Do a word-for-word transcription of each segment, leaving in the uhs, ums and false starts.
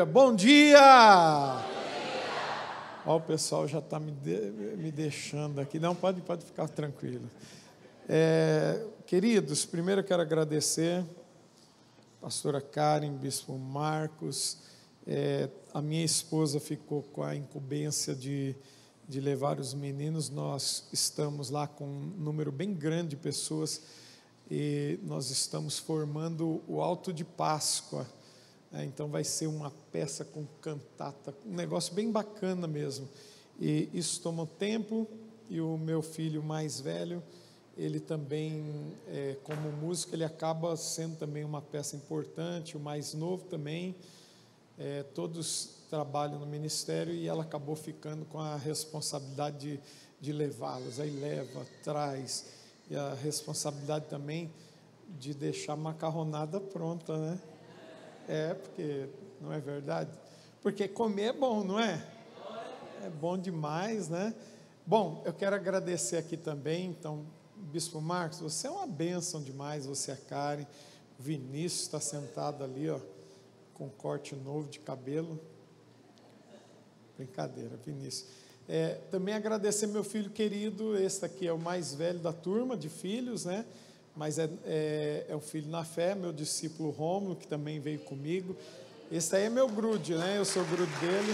Aleluia. Bom dia! Bom dia! Ó, o pessoal já está me, de, me deixando aqui. Não, pode, pode ficar tranquilo. É, queridos, primeiro eu quero agradecer a pastora Karen, bispo Marcos. É, a minha esposa ficou com a incumbência de, de levar os meninos. Nós estamos lá com um número bem grande de pessoas e nós estamos formando o Alto de Páscoa. É, então vai ser uma peça com cantata, um negócio bem bacana mesmo. E isso toma tempo, e o meu filho mais velho, ele também, é, como músico, ele acaba sendo também uma peça importante, o mais novo também, é, todos trabalham no ministério, e ela acabou ficando com a responsabilidade de, de levá-los, aí leva, traz, e a responsabilidade também de deixar a macarronada pronta, né? É, porque não é verdade? Porque comer é bom, não é? É bom demais, né? Bom, eu quero agradecer aqui também, então, Bispo Marcos, você é uma bênção demais, você é a Karen, o Vinícius está sentado ali, ó, com corte novo de cabelo. Brincadeira, Vinícius. É, também agradecer meu filho querido, esse aqui é o mais velho da turma de filhos, né? Mas é, é, é um filho na fé, meu discípulo Rômulo, que também veio comigo. Esse aí é meu grude, né? Eu sou o grude dele.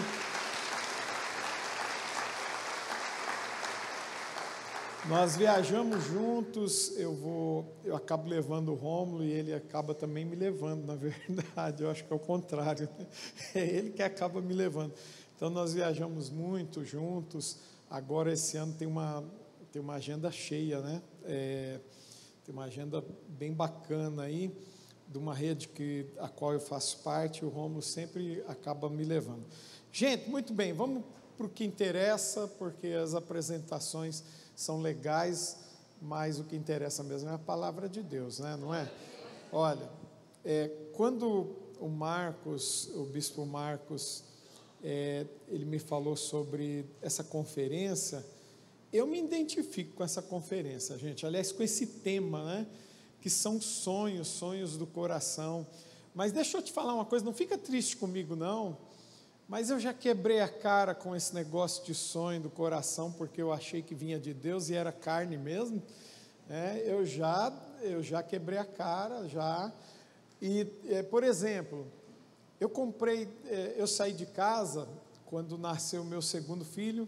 Nós viajamos juntos, eu vou, eu acabo levando o Rômulo e ele acaba também me levando, na verdade, eu acho que é o contrário, né? É ele que acaba me levando. Então nós viajamos muito juntos, agora esse ano tem uma, tem uma agenda cheia, né? É, tem uma agenda bem bacana aí, de uma rede que, a qual eu faço parte, o Rômulo sempre acaba me levando. Gente, muito bem, vamos para o que interessa, porque as apresentações são legais, mas o que interessa mesmo é a palavra de Deus, né? Não é? Olha, é, quando o Marcos, o bispo Marcos, é, ele me falou sobre essa conferência, eu me identifico com essa conferência, gente, aliás, com esse tema, né? Que são sonhos, sonhos do coração. Mas deixa eu te falar uma coisa, não fica triste comigo, não, mas eu já quebrei a cara com esse negócio de sonho do coração, porque eu achei que vinha de Deus e era carne mesmo. É, eu, já, eu já quebrei a cara, já. E, é, por exemplo, eu comprei, é, eu saí de casa quando nasceu o meu segundo filho,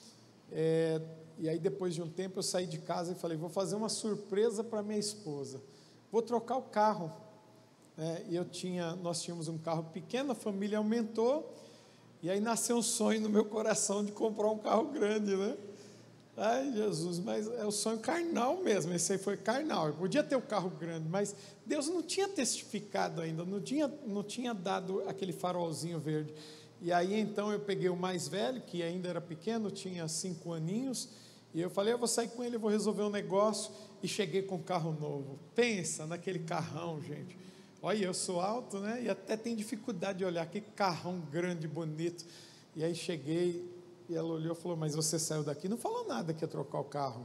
é, e aí depois de um tempo eu saí de casa e falei, vou fazer uma surpresa para minha esposa, vou trocar o carro. É, e eu tinha, nós tínhamos um carro pequeno, a família aumentou, e aí nasceu um sonho no meu coração de comprar um carro grande, né? Ai, Jesus, mas é o sonho carnal mesmo, esse aí foi carnal, eu podia ter um carro grande, mas Deus não tinha testificado ainda, não tinha, não tinha dado aquele farolzinho verde. E aí então eu peguei o mais velho, que ainda era pequeno, tinha cinco aninhos, e eu falei, eu vou sair com ele, eu vou resolver um negócio, e cheguei com um carro novo. Pensa naquele carrão, gente. Olha, eu sou alto, né? E até tem dificuldade de olhar, que carrão grande, bonito. E aí cheguei, e ela olhou e falou, mas você saiu daqui? Não falou nada que ia trocar o carro.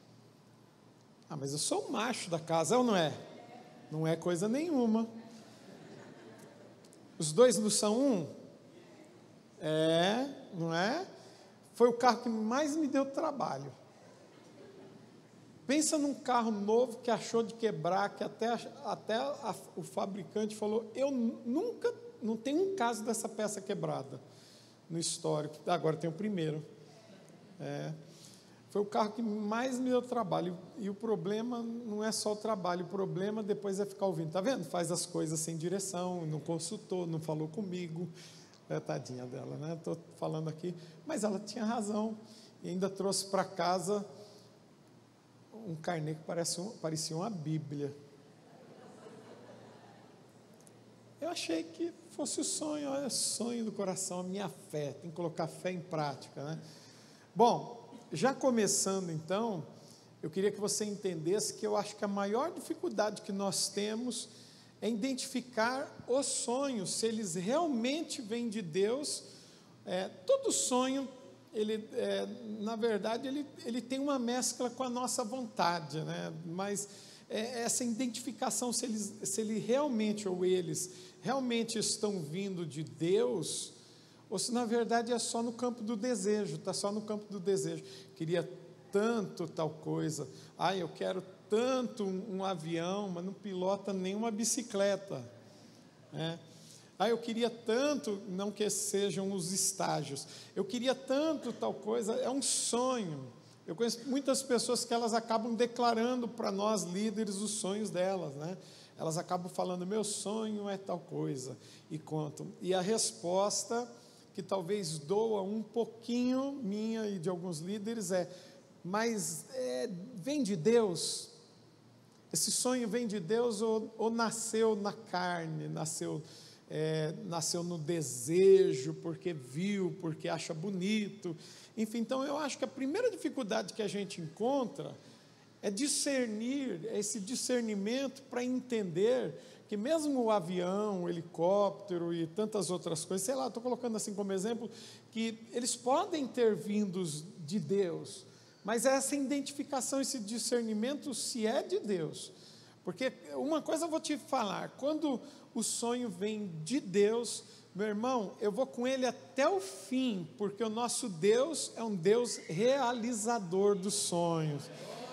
Ah, mas eu sou o macho da casa, ou não é? Não é coisa nenhuma. Os dois não são um? É, não é? Foi o carro que mais me deu trabalho. Pensa num carro novo que achou de quebrar, que até, até a, o fabricante falou, eu nunca, não tem um caso dessa peça quebrada no histórico, agora tem o primeiro. É, foi o carro que mais me deu trabalho, e o problema não é só o trabalho, o problema depois é ficar ouvindo, tá vendo? Faz as coisas sem direção, não consultou, não falou comigo, é, tadinha dela, né? Estou falando aqui, mas ela tinha razão, e ainda trouxe para casa um carnê que parece um, parecia uma Bíblia. Eu achei que fosse o sonho, olha, sonho do coração, a minha fé, tem que colocar fé em prática, né? Bom, já começando então, eu queria que você entendesse que eu acho que a maior dificuldade que nós temos é identificar os sonhos, se eles realmente vêm de Deus. É, todo sonho, ele, é, na verdade, ele, ele tem uma mescla com a nossa vontade, né? Mas é, essa identificação, se, eles, se ele realmente, ou eles, realmente estão vindo de Deus, ou se na verdade é só no campo do desejo, está só no campo do desejo. Queria tanto tal coisa, ah, eu quero tanto um, um avião, mas não pilota nenhuma bicicleta, né? Ah, eu queria tanto, não que sejam os estágios, eu queria tanto tal coisa, é um sonho. Eu conheço muitas pessoas que elas acabam declarando para nós líderes os sonhos delas, né? Elas acabam falando, meu sonho é tal coisa, e contam. E a resposta, que talvez doa um pouquinho, minha e de alguns líderes, é, mas é, vem de Deus? Esse sonho vem de Deus ou, ou nasceu na carne, nasceu... É, nasceu no desejo, porque viu, porque acha bonito, enfim. Então eu acho que a primeira dificuldade que a gente encontra é discernir, é esse discernimento para entender que mesmo o avião, o helicóptero e tantas outras coisas, sei lá, estou colocando assim como exemplo, que eles podem ter vindos de Deus, mas essa identificação, esse discernimento se é de Deus, porque uma coisa eu vou te falar, quando o sonho vem de Deus, meu irmão, eu vou com ele até o fim, porque o nosso Deus é um Deus realizador dos sonhos.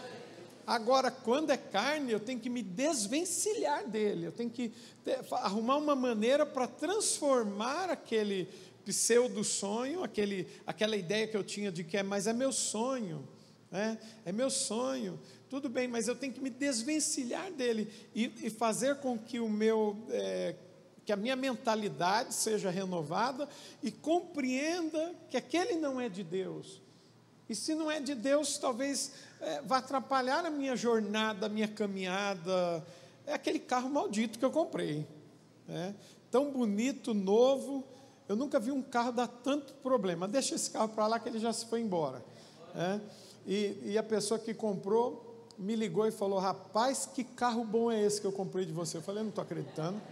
Agora, quando é carne, eu tenho que me desvencilhar dele, eu tenho que ter, arrumar uma maneira para transformar aquele pseudo sonho, aquele, aquela ideia que eu tinha de que é, mas é meu sonho, né? É meu sonho. Tudo bem, mas eu tenho que me desvencilhar dele e, e fazer com que o meu, é, que a minha mentalidade seja renovada e compreenda que aquele não é de Deus. E se não é de Deus, talvez é, vá atrapalhar a minha jornada, a minha caminhada. É aquele carro maldito que eu comprei, né? Tão bonito, novo. Eu nunca vi um carro dar tanto problema. Deixa esse carro para lá que ele já se foi embora, né? E, e a pessoa que comprou me ligou e falou, rapaz, que carro bom é esse que eu comprei de você? Eu falei, não estou acreditando.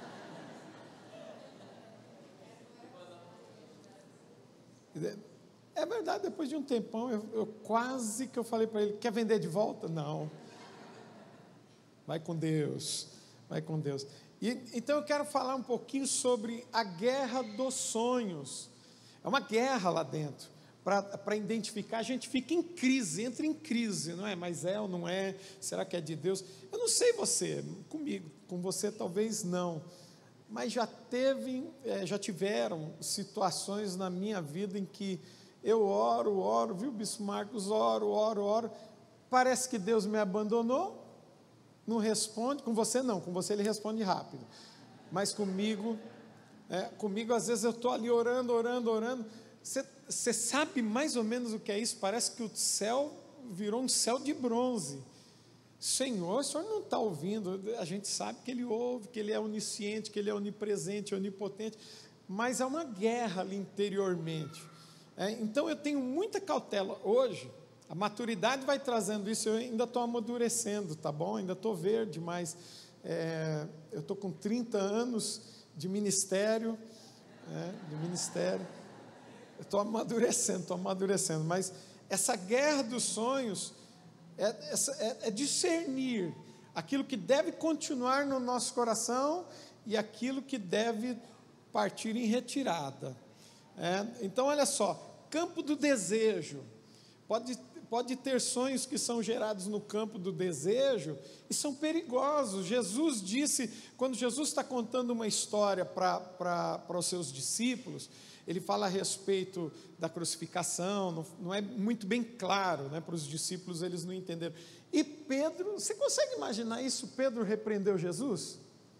É verdade, depois de um tempão, eu, eu quase que eu falei para ele, quer vender de volta? Não. Vai com Deus, vai com Deus. E, então eu quero falar um pouquinho sobre a guerra dos sonhos. É uma guerra lá dentro. Para identificar, a gente fica em crise, entra em crise, não é? Mas é ou não é? Será que é de Deus? Eu não sei você, comigo, com você talvez não, mas já teve, é, já tiveram situações na minha vida em que eu oro, oro, viu, Bispo Marcos, oro, oro, oro, parece que Deus me abandonou, não responde, com você não, com você ele responde rápido, mas comigo, é, comigo às vezes eu estou ali orando, orando, orando, Você, você sabe mais ou menos o que é isso? Parece que o céu virou um céu de bronze. Senhor, o Senhor não está ouvindo. A gente sabe que Ele ouve, que Ele é onisciente, que Ele é onipresente, onipotente, mas é uma guerra ali interiormente. É, então eu tenho muita cautela hoje. A maturidade vai trazendo isso. Eu ainda estou amadurecendo, tá bom? Ainda estou verde, mas é, eu estou com trinta anos de ministério, é, de ministério. Estou amadurecendo, estou amadurecendo, mas essa guerra dos sonhos é, é, é discernir aquilo que deve continuar no nosso coração e aquilo que deve partir em retirada. É, então, olha só, campo do desejo, pode, pode ter sonhos que são gerados no campo do desejo e são perigosos. Jesus disse, quando Jesus está contando uma história para, para, para os seus discípulos, ele fala a respeito da crucificação, não, não é muito bem claro, né, para os discípulos, eles não entenderam. E Pedro, você consegue imaginar isso? Pedro repreendeu Jesus?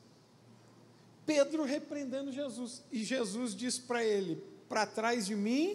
Pedro repreendendo Jesus, e Jesus diz para ele, para trás de mim,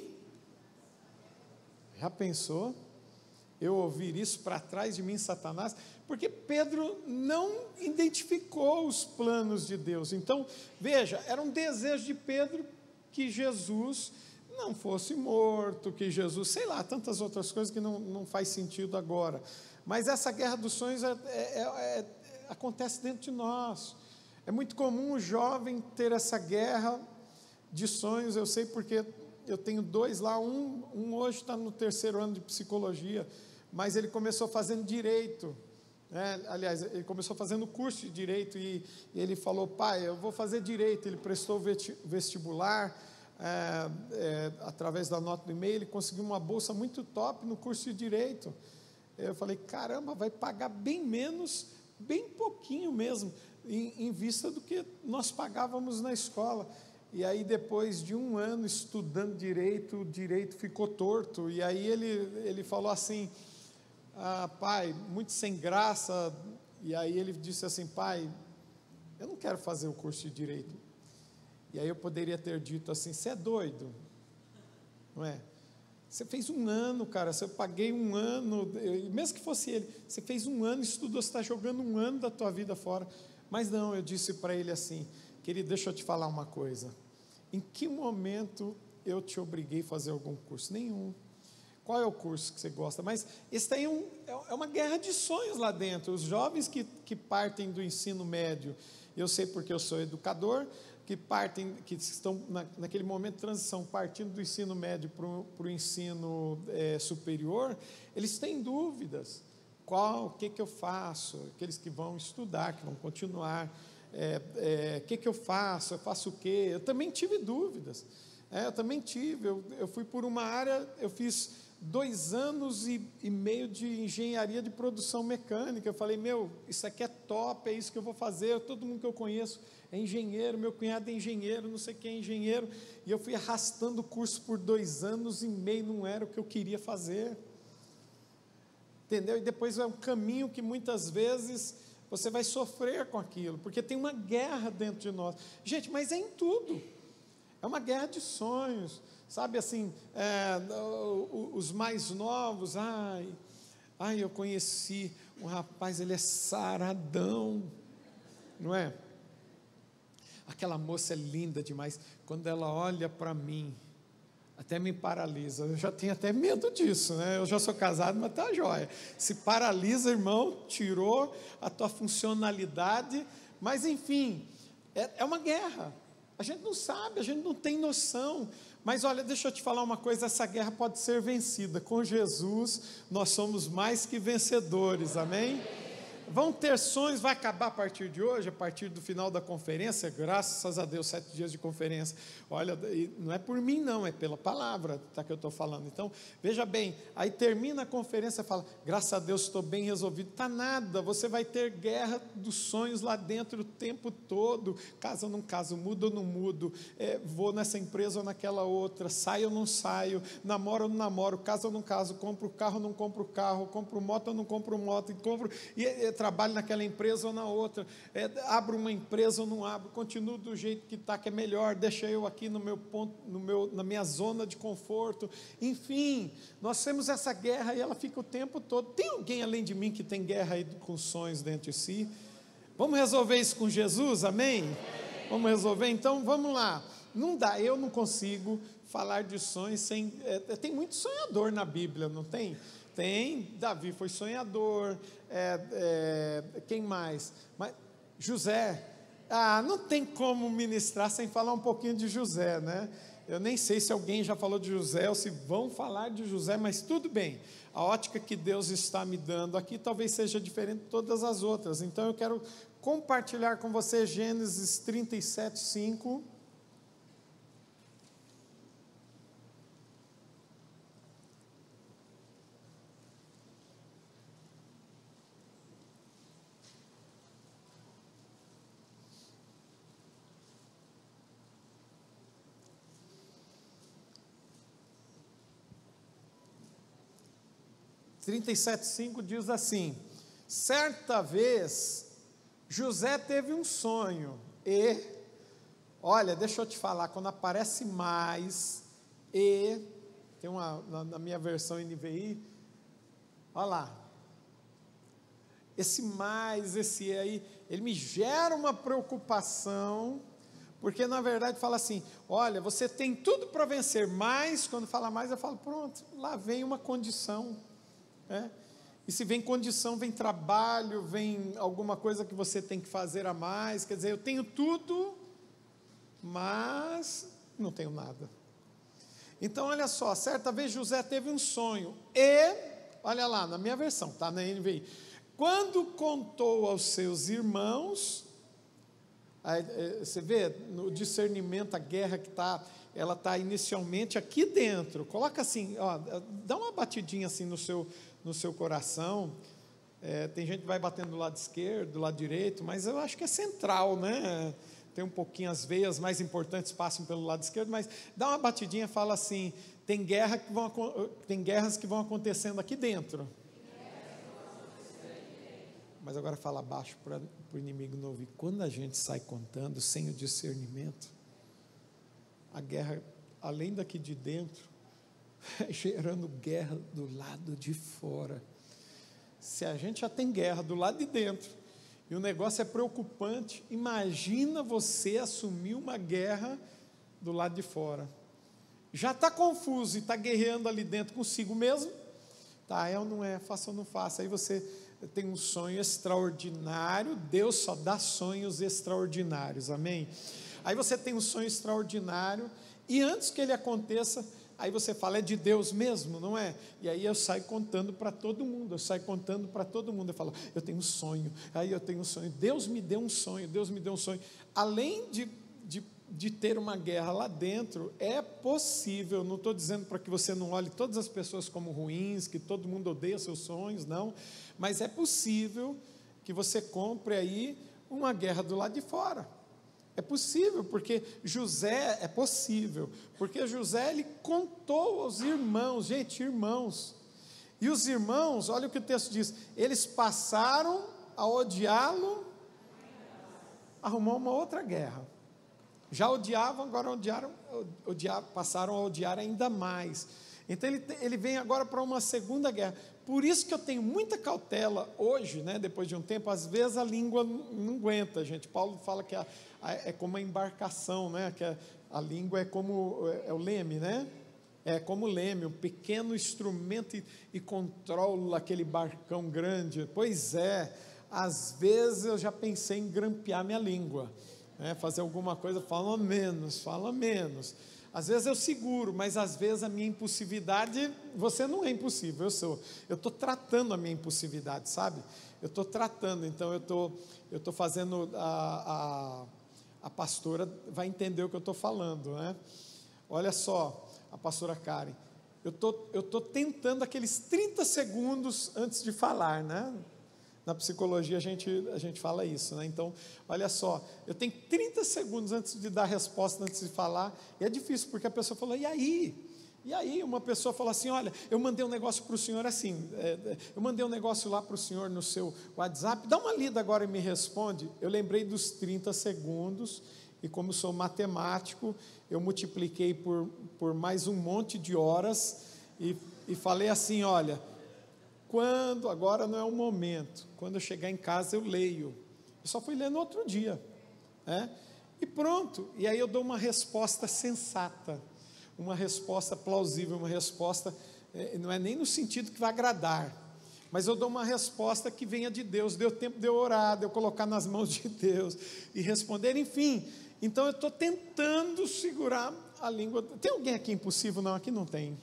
já pensou? Eu ouvir isso, para trás de mim, Satanás? Porque Pedro não identificou os planos de Deus. Então, veja, era um desejo de Pedro que Jesus não fosse morto, que Jesus, sei lá, tantas outras coisas que não, não faz sentido agora. Mas essa guerra dos sonhos é, é, é, acontece dentro de nós. É muito comum o jovem ter essa guerra de sonhos, eu sei porque eu tenho dois lá, um, um hoje está no terceiro ano de psicologia, mas ele começou fazendo direito, É, aliás, ele começou fazendo curso de Direito e, e ele falou, pai, eu vou fazer Direito. Ele prestou vestibular, é, é, através da nota do e-mail, ele conseguiu uma bolsa muito top no curso de Direito. Eu falei, caramba, vai pagar bem menos, bem pouquinho mesmo, em, em vista do que nós pagávamos na escola. E aí, depois de um ano estudando Direito, o Direito ficou torto, e aí ele, ele falou assim, ah, pai, muito sem graça, e aí ele disse assim, pai, eu não quero fazer o curso de Direito. E aí eu poderia ter dito assim, você é doido, não é? Você fez um ano, cara, você eu paguei um ano, eu, mesmo que fosse ele, você fez um ano, estudou, você está jogando um ano da tua vida fora. Mas não, eu disse para ele assim, querido, deixa eu te falar uma coisa, em que momento eu te obriguei a fazer algum curso? Nenhum. Qual é o curso que você gosta? Mas esse tem um, é uma guerra de sonhos lá dentro. Os jovens que, que partem do ensino médio, eu sei porque eu sou educador, que partem, que estão na, naquele momento de transição, partindo do ensino médio para o ensino é, superior, eles têm dúvidas. Qual, o que, que eu faço? Aqueles que vão estudar, que vão continuar, é, é, o que, que eu faço? Eu faço o quê? Eu também tive dúvidas. É, eu também tive, eu, eu fui por uma área, eu fiz dois anos e, e meio de engenharia de produção mecânica. Eu falei, meu, isso aqui é top, é isso que eu vou fazer. Todo mundo que eu conheço é engenheiro, meu cunhado é engenheiro, não sei quem é engenheiro, e eu fui arrastando o curso por dois anos e meio, não era o que eu queria fazer, entendeu? E depois é um caminho que muitas vezes você vai sofrer com aquilo, porque tem uma guerra dentro de nós, gente, mas é em tudo, é uma guerra de sonhos, sabe assim, é, os mais novos, ai, ai, eu conheci um rapaz, ele é saradão, não é? Aquela moça é linda demais, quando ela olha para mim, até me paralisa, eu já tenho até medo disso, né? Eu já sou casado, mas tá jóia, se paralisa, irmão, tirou a tua funcionalidade, mas enfim, é, é uma guerra, a gente não sabe, a gente não tem noção, mas olha, deixa eu te falar uma coisa, essa guerra pode ser vencida, com Jesus nós somos mais que vencedores, amém? Vão ter sonhos, vai acabar a partir de hoje, a partir do final da conferência, graças a Deus, sete dias de conferência, olha, não é por mim não, é pela palavra, tá, que eu estou falando, então, veja bem, aí termina a conferência, fala, graças a Deus estou bem resolvido, tá nada, você vai ter guerra dos sonhos lá dentro o tempo todo, caso ou não caso, mudo ou não mudo, é, vou nessa empresa ou naquela outra, saio ou não saio, namoro ou não namoro, caso ou não caso, compro carro ou não compro carro, compro moto ou não compro moto, e compro, e, e trabalho naquela empresa ou na outra, é, abro uma empresa ou não abro, continuo do jeito que está, que é melhor, deixa eu aqui no meu ponto, no meu, na minha zona de conforto, enfim, nós temos essa guerra e ela fica o tempo todo. Tem alguém além de mim que tem guerra aí com sonhos dentro de si? Vamos resolver isso com Jesus, amém? Vamos resolver? Então vamos lá, não dá, eu não consigo falar de sonhos sem, é, tem muito sonhador na Bíblia, não tem? Tem, Davi foi sonhador, é, é, quem mais? Mas, José, ah, não tem como ministrar sem falar um pouquinho de José, né? Eu nem sei se alguém já falou de José ou se vão falar de José, mas tudo bem, a ótica que Deus está me dando aqui talvez seja diferente de todas as outras, então eu quero compartilhar com você Gênesis trinta e sete, cinco. trinta e sete, cinco diz assim, certa vez, José teve um sonho, e, olha, deixa eu te falar, quando aparece mais, e, tem uma, na, na minha versão N V I, olha lá, esse mais, esse e aí, ele me gera uma preocupação, porque na verdade fala assim, olha, você tem tudo para vencer, mas, quando fala mais, eu falo, pronto, lá vem uma condição, é? E se vem condição, vem trabalho, vem alguma coisa que você tem que fazer a mais, quer dizer, eu tenho tudo, mas não tenho nada. Então olha só, certa vez José teve um sonho, e, olha lá, na minha versão, tá, na N V I, Quando contou aos seus irmãos, aí, você vê, no discernimento, a guerra que está, ela está inicialmente aqui dentro. Coloca assim, ó, dá uma batidinha assim no seu, no seu coração. É, tem gente que vai batendo do lado esquerdo, do lado direito, mas eu acho que é central, né? Tem um pouquinho, as veias mais importantes passam pelo lado esquerdo, mas dá uma batidinha e fala assim, tem, guerra que vão, tem guerras que vão acontecendo aqui dentro. Mas agora fala baixo para o inimigo não ouvir. Quando a gente sai contando sem o discernimento, a guerra, além daqui de dentro, é gerando guerra do lado de fora. Se a gente já tem guerra do lado de dentro, e o negócio é preocupante, imagina você assumir uma guerra do lado de fora. Já está confuso e está guerreando ali dentro consigo mesmo. Tá, é ou não é, faça ou não faça. Aí você tem um sonho extraordinário, Deus só dá sonhos extraordinários, amém? Aí você tem um sonho extraordinário, e antes que ele aconteça, aí você fala, é de Deus mesmo, não é? E aí eu saio contando para todo mundo, eu saio contando para todo mundo, eu falo, eu tenho um sonho, aí eu tenho um sonho, Deus me deu um sonho, Deus me deu um sonho. Além de, de, de ter uma guerra lá dentro, é possível, não estou dizendo para que você não olhe todas as pessoas como ruins, que todo mundo odeia seus sonhos, não, mas é possível que você compre aí uma guerra do lado de fora. É possível, porque José, é possível, porque José, ele contou aos irmãos, gente, irmãos, e os irmãos, olha o que o texto diz, eles passaram a odiá-lo, arrumou uma outra guerra, já odiavam, agora odiaram, odiar, passaram a odiar ainda mais, então ele, ele vem agora para uma segunda guerra. Por isso que eu tenho muita cautela hoje, né, depois de um tempo, às vezes a língua não aguenta, gente. Paulo fala que a, a, é como a embarcação, né, que a, a língua é como é, é o leme, né? É como o leme, um pequeno instrumento e, e controla aquele barcão grande. Pois é, às vezes eu já pensei em grampear minha língua, né, fazer alguma coisa, fala menos, fala menos. Às vezes eu seguro, mas às vezes a minha impulsividade, você não é impossível, eu sou, eu estou tratando a minha impulsividade, sabe? Eu estou tratando, então eu estou eu estou fazendo, a, a, a pastora vai entender o que eu estou falando, né? Olha só, a pastora Karen, eu estou eu estou tentando aqueles trinta segundos antes de falar, né? Na psicologia a gente, a gente fala isso, né? Então, olha só, eu tenho trinta segundos antes de dar a resposta, antes de falar, e é difícil, porque a pessoa fala, e aí? E aí uma pessoa fala assim, olha, eu mandei um negócio para o senhor assim, é, eu mandei um negócio lá para o senhor no seu WhatsApp, dá uma lida agora e me responde. Eu lembrei dos trinta segundos, e como sou matemático, eu multipliquei por, por mais um monte de horas, e, e falei assim, olha, quando, agora não é o momento, quando eu chegar em casa eu leio, eu só fui ler no outro dia, né? E pronto, e aí eu dou uma resposta sensata, uma resposta plausível, uma resposta, não é nem no sentido que vai agradar, mas eu dou uma resposta que venha de Deus, deu tempo de eu orar, de eu colocar nas mãos de Deus, e responder, enfim, então eu estou tentando segurar a língua. Tem alguém aqui impossível? Não, aqui não tem.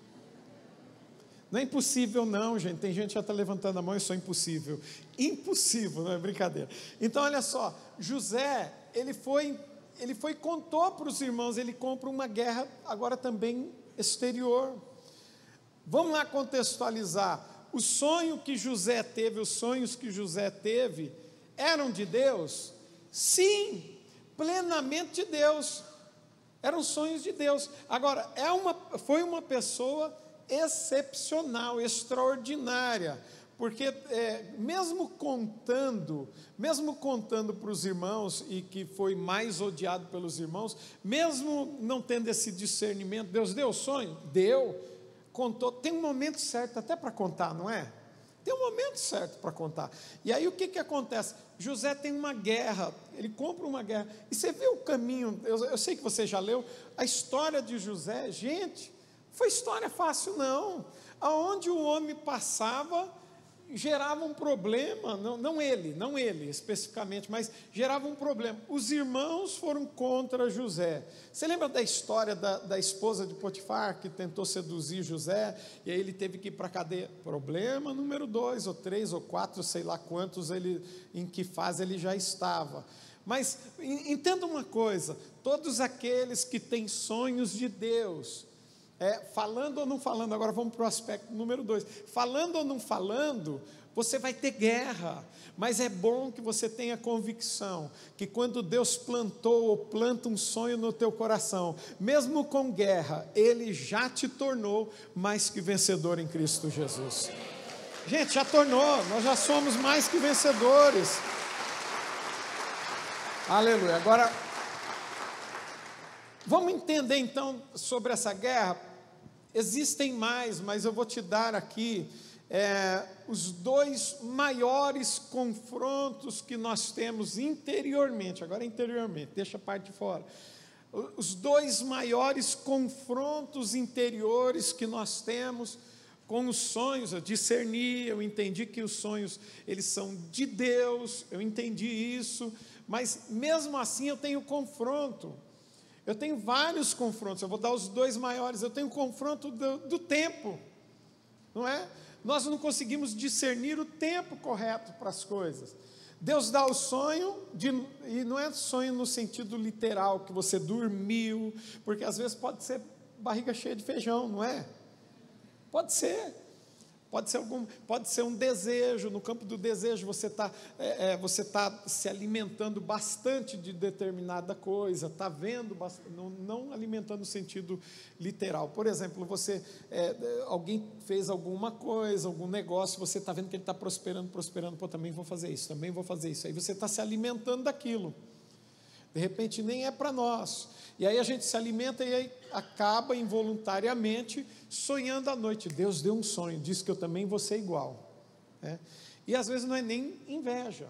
Não é impossível não, gente, tem gente que já está levantando a mão, eu sou impossível, impossível, não é brincadeira. Então olha só, José, ele foi, ele foi contou para os irmãos, ele compra uma guerra, agora também exterior. Vamos lá contextualizar, o sonho que José teve, os sonhos que José teve, eram de Deus? Sim, plenamente de Deus, eram sonhos de Deus. Agora, é uma, foi uma pessoa excepcional, extraordinária, porque é, mesmo contando, mesmo contando para os irmãos, e que foi mais odiado pelos irmãos, mesmo não tendo esse discernimento, Deus deu o sonho? Deu, contou, tem um momento certo até para contar, não é? Tem um momento certo para contar, e aí o que que acontece? José tem uma guerra, ele compra uma guerra, e você vê o caminho, eu, eu sei que você já leu, a história de José, gente, foi história fácil não, aonde o homem passava, gerava um problema, não, não ele, não ele especificamente, mas gerava um problema. Os irmãos foram contra José. Você lembra da história da, da esposa de Potifar, que tentou seduzir José, e aí ele teve que ir para a cadeia? Problema número dois, ou três, ou quatro, sei lá quantos, ele, em que fase ele já estava. Mas entenda uma coisa, todos aqueles que têm sonhos de Deus, É, falando ou não falando, agora vamos para o aspecto número dois, falando ou não falando, você vai ter guerra, mas é bom que você tenha convicção, que quando Deus plantou ou planta um sonho no teu coração, mesmo com guerra, Ele já te tornou mais que vencedor em Cristo Jesus. Gente, já tornou, nós já somos mais que vencedores, aleluia. Agora, vamos entender então sobre essa guerra. Existem mais, mas eu vou te dar aqui é, os dois maiores confrontos que nós temos interiormente, agora interiormente, deixa a parte de fora, os dois maiores confrontos interiores que nós temos com os sonhos. Eu discerni, eu entendi que os sonhos, eles são de Deus, eu entendi isso, mas mesmo assim eu tenho confronto. Eu tenho vários confrontos, eu vou dar os dois maiores. Eu tenho o confronto do, do tempo, não é? Nós não conseguimos discernir o tempo correto para as coisas. Deus dá o sonho, de, e não é sonho no sentido literal, que você dormiu, porque às vezes pode ser barriga cheia de feijão, não é? Pode ser. Pode ser, algum, pode ser um desejo, no campo do desejo você está é, é, você tá se alimentando bastante de determinada coisa, está vendo, bastante, não, não alimentando no sentido literal. Por exemplo, você, é, alguém fez alguma coisa, algum negócio, você está vendo que ele está prosperando, prosperando, pô, também vou fazer isso, também vou fazer isso. Aí você está se alimentando daquilo. De repente nem é para nós, e aí a gente se alimenta e aí acaba involuntariamente sonhando à noite. Deus deu um sonho, disse que eu também vou ser igual, né? E às vezes não é nem inveja,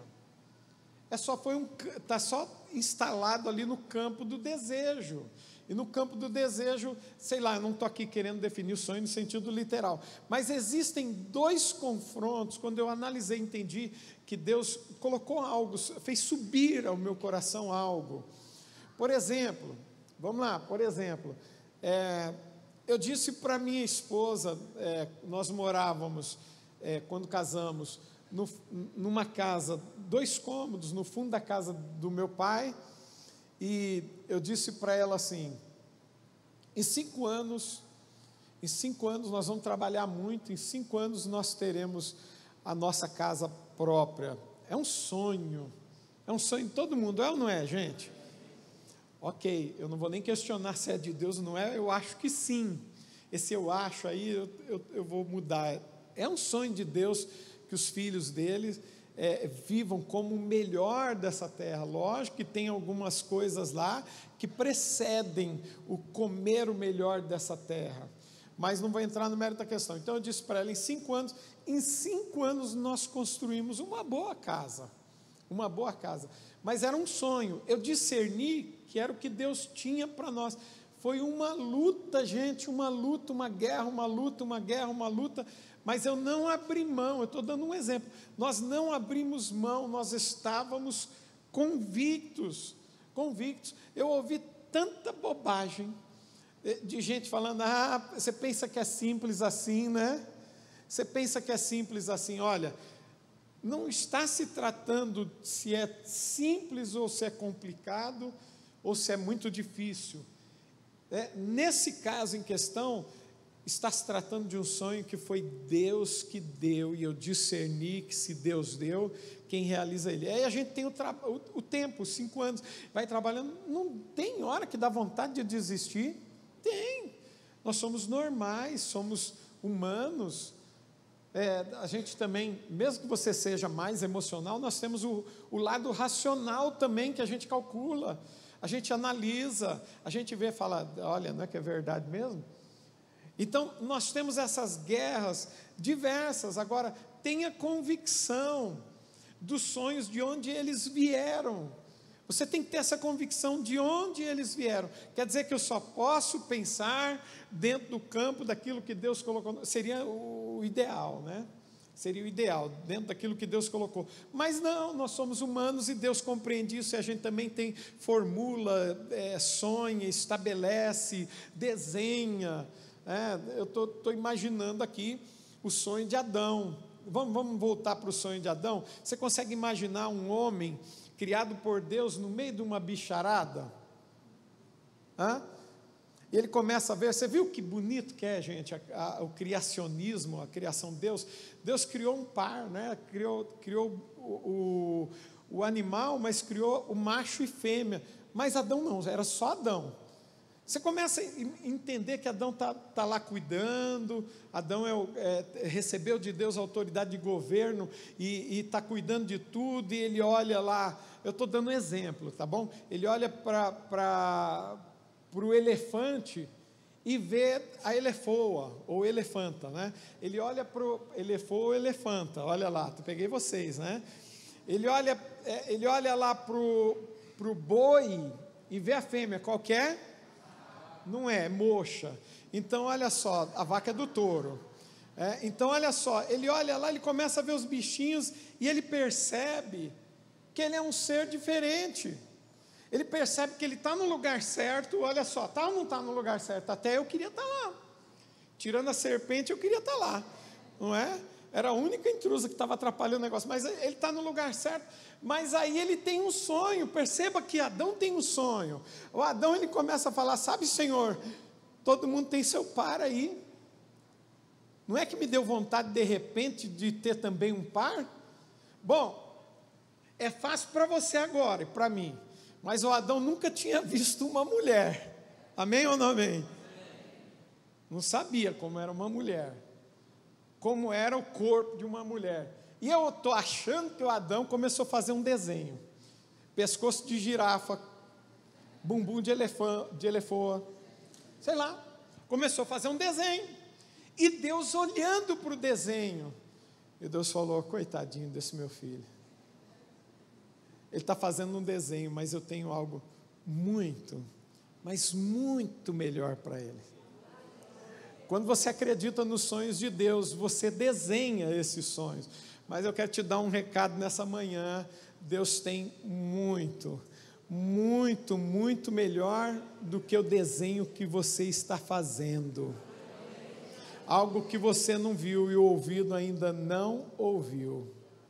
é só foi um, está só instalado ali no campo do desejo. E no campo do desejo, sei lá, eu não estou aqui querendo definir o sonho no sentido literal, mas existem dois confrontos. Quando eu analisei, entendi que Deus colocou algo, fez subir ao meu coração algo. Por exemplo, vamos lá, por exemplo, é, eu disse para minha esposa, é, nós morávamos, é, quando casamos, no, numa casa, dois cômodos, no fundo da casa do meu pai, e eu disse para ela assim, em cinco anos, em cinco anos nós vamos trabalhar muito, em cinco anos nós teremos a nossa casa própria. É um sonho, é um sonho de todo mundo, é ou não é, gente? Ok, eu não vou nem questionar se é de Deus ou não é, eu acho que sim. Esse eu acho aí, eu, eu, eu vou mudar. É um sonho de Deus que os filhos dele é, vivam como o melhor dessa terra. Lógico que tem algumas coisas lá que precedem o comer o melhor dessa terra, mas não vou entrar no mérito da questão. Então eu disse para ela, em cinco anos, em cinco anos nós construímos uma boa casa, uma boa casa, mas era um sonho. Eu discerni que era o que Deus tinha para nós. Foi uma luta, gente, uma luta, uma guerra, uma luta, uma guerra, uma luta, mas eu não abri mão. Eu estou dando um exemplo, nós não abrimos mão, nós estávamos convictos, convictos. Eu ouvi tanta bobagem, de gente falando, ah, você pensa que é simples assim, né? Você pensa que é simples assim. Olha, não está se tratando se é simples ou se é complicado, ou se é muito difícil. É, nesse caso em questão, está se tratando de um sonho que foi Deus que deu, e eu discerni que se Deus deu, quem realiza ele. Aí a gente tem o, o, o tempo, cinco anos, vai trabalhando, não tem hora que dá vontade de desistir? Tem. Nós somos normais, somos humanos. É, a gente também, mesmo que você seja mais emocional, nós temos o, o lado racional também, que a gente calcula, a gente analisa, a gente vê e fala, olha, não é que é verdade mesmo? Então, nós temos essas guerras diversas. Agora, tenha convicção dos sonhos, de onde eles vieram. Você tem que ter essa convicção de onde eles vieram. Quer dizer que eu só posso pensar dentro do campo daquilo que Deus colocou, seria o ideal, né? Seria o ideal, dentro daquilo que Deus colocou. Mas não, nós somos humanos e Deus compreende isso, e a gente também tem, formula, é, sonha, estabelece, desenha. É, eu estou imaginando aqui o sonho de Adão. Vamos, vamos voltar para o sonho de Adão? Você consegue imaginar um homem criado por Deus no meio de uma bicharada? Hã? E ele começa a ver, você viu que bonito que é, gente, a, a, o criacionismo, a criação de Deus? Deus criou um par, né? criou, criou o, o, o animal, mas criou o macho e fêmea. Mas Adão não, era só Adão. Você começa a entender que Adão está tá lá cuidando, Adão é, é, recebeu de Deus a autoridade de governo e está cuidando de tudo, e ele olha lá, eu estou dando um exemplo, tá bom? Ele olha para... para o elefante e vê a elefoa, ou elefanta, né? Ele olha para o elefoa ou elefanta, olha lá, eu peguei vocês, né? Ele olha, ele olha lá para o boi e vê a fêmea, qual que é? Não é, é moxa. Então, olha só, a vaca é do touro. É, então, olha só, ele olha lá, ele começa a ver os bichinhos e ele percebe que ele é um ser diferente. Ele percebe que ele está no lugar certo, olha só, está ou não está no lugar certo? Até eu queria estar lá. Tirando a serpente, eu queria estar lá, não é? Era a única intrusa que estava atrapalhando o negócio, mas ele está no lugar certo. Mas aí ele tem um sonho, perceba que Adão tem um sonho. O Adão, ele começa a falar, sabe, Senhor, todo mundo tem seu par aí. Não é que me deu vontade, de repente, de ter também um par? Bom, é fácil para você agora e para mim. Mas o Adão nunca tinha visto uma mulher. Amém ou não amém? Não sabia como era uma mulher. Como era o corpo de uma mulher. E eu estou achando que o Adão começou a fazer um desenho. Pescoço de girafa, bumbum de elefante, de elefoa. Sei lá. Começou a fazer um desenho. E Deus olhando para o desenho. E Deus falou, coitadinho desse meu filho. Ele está fazendo um desenho, mas eu tenho algo muito, mas muito melhor para ele. Quando você acredita nos sonhos de Deus, você desenha esses sonhos. Mas eu quero te dar um recado nessa manhã. Deus tem muito, muito, muito melhor do que o desenho que você está fazendo. Algo que você não viu e o ouvido ainda não ouviu.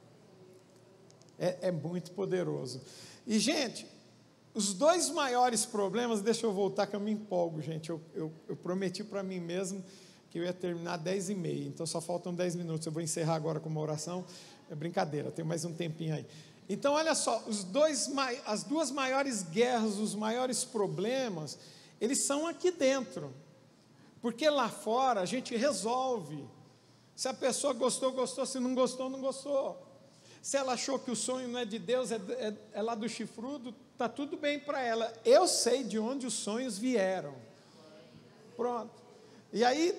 É, é muito poderoso. E, gente, os dois maiores problemas, deixa eu voltar que eu me empolgo, gente. Eu, eu, eu prometi para mim mesmo que eu ia terminar dez e meia, então só faltam dez minutos. Eu vou encerrar agora com uma oração. É brincadeira, tem mais um tempinho aí. Então, olha só, os dois, as duas maiores guerras, os maiores problemas, eles são aqui dentro. Porque lá fora a gente resolve. Se a pessoa gostou, gostou. Se não gostou, não gostou. Se ela achou que o sonho não é de Deus, é, é, é lá do chifrudo, está tudo bem para ela. Eu sei de onde os sonhos vieram. Pronto. E aí,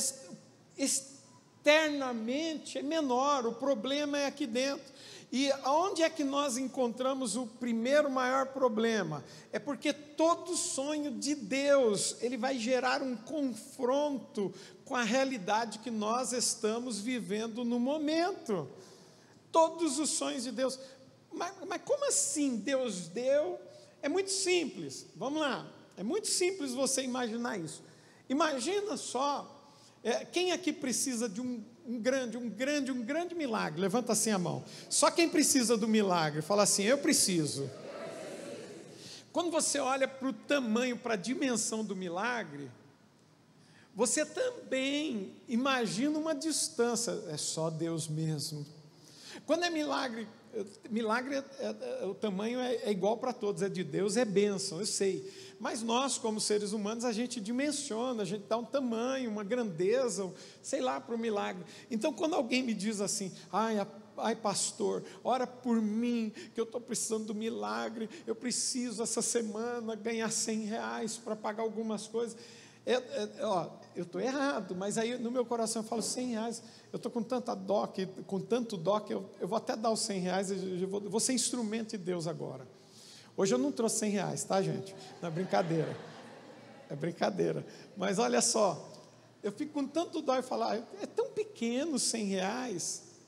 externamente é menor, o problema é aqui dentro. E onde é que nós encontramos o primeiro maior problema? É porque todo sonho de Deus, ele vai gerar um confronto com a realidade que nós estamos vivendo no momento. Todos os sonhos de Deus. Mas, mas como assim Deus deu? É muito simples. Vamos lá. É muito simples você imaginar isso. Imagina só, é, quem aqui precisa de um, um grande, um grande, um grande milagre? Levanta assim a mão. Só quem precisa do milagre, fala assim, eu preciso. Quando você olha para o tamanho, para a dimensão do milagre, você também imagina uma distância. É só Deus mesmo. Quando é milagre, milagre, é, é, o tamanho é, é igual para todos, é de Deus, é bênção, eu sei. Mas nós, como seres humanos, a gente dimensiona, a gente dá um tamanho, uma grandeza, sei lá, para o milagre. Então, quando alguém me diz assim, ai, a, ai pastor, ora por mim, que eu estou precisando do milagre, eu preciso essa semana ganhar cem reais para pagar algumas coisas. É, é, ó, eu estou errado, mas aí no meu coração eu falo cem reais, eu estou com tanta dó, que, com tanto dó que eu, eu vou até dar os cem reais, eu, eu, vou, eu vou ser instrumento de Deus agora. Hoje eu não trouxe cem reais, tá, gente? Não é brincadeira, é brincadeira, mas olha só, eu fico com tanto dó e falar, é tão pequeno cem reais,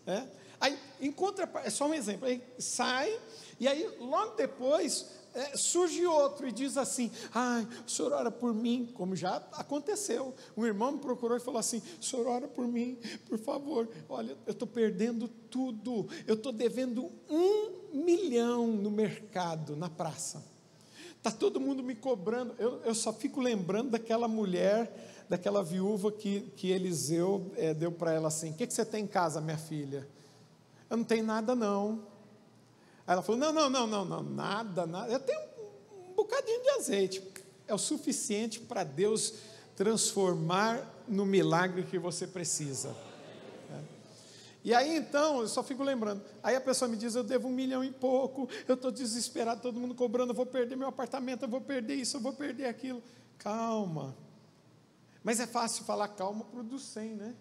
É? Aí encontra, é só um exemplo, aí sai, e aí logo depois é, surge outro e diz assim: ai, o senhor ora por mim, como já aconteceu. Um irmão me procurou e falou assim: o senhor ora por mim, por favor, olha, eu estou perdendo tudo, eu estou devendo um milhão no mercado, na praça, está todo mundo me cobrando, eu, eu só fico lembrando daquela mulher, daquela viúva que, que Eliseu é, deu para ela assim: o que, que você tem em casa, minha filha? Eu não tenho nada não. Aí ela falou: não, não, não, não, não, nada, nada, eu tenho um, um bocadinho de azeite, é o suficiente para Deus transformar no milagre que você precisa. É. E aí então, eu só fico lembrando, aí a pessoa me diz: eu devo um milhão e pouco, eu estou desesperado, todo mundo cobrando, eu vou perder meu apartamento, eu vou perder isso, eu vou perder aquilo. Calma, mas é fácil falar calma para o do cem, né?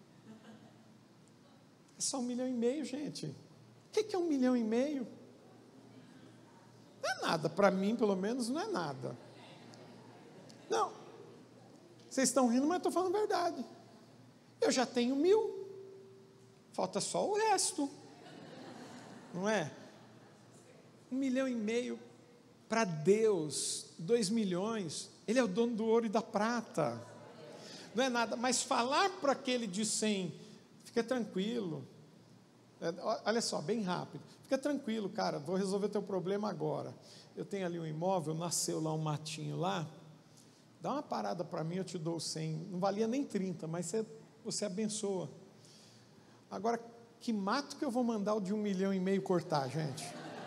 É só um milhão e meio, gente. O que é um milhão e meio? Não é nada, para mim pelo menos não é nada. Não, vocês estão rindo, mas eu estou falando a verdade. Eu já tenho mil, falta só o resto, não é? Um milhão e meio para Deus, dois milhões, Ele é o dono do ouro e da prata, não é nada. Mas falar para aquele de cem, fica tranquilo. Olha só, bem rápido, fica tranquilo, cara, vou resolver teu problema agora. Eu tenho ali um imóvel, nasceu lá um matinho lá, dá uma parada para mim, eu te dou cem, não valia nem trinta, mas você, você abençoa. Agora, que mato que eu vou mandar o de um milhão e meio cortar, gente?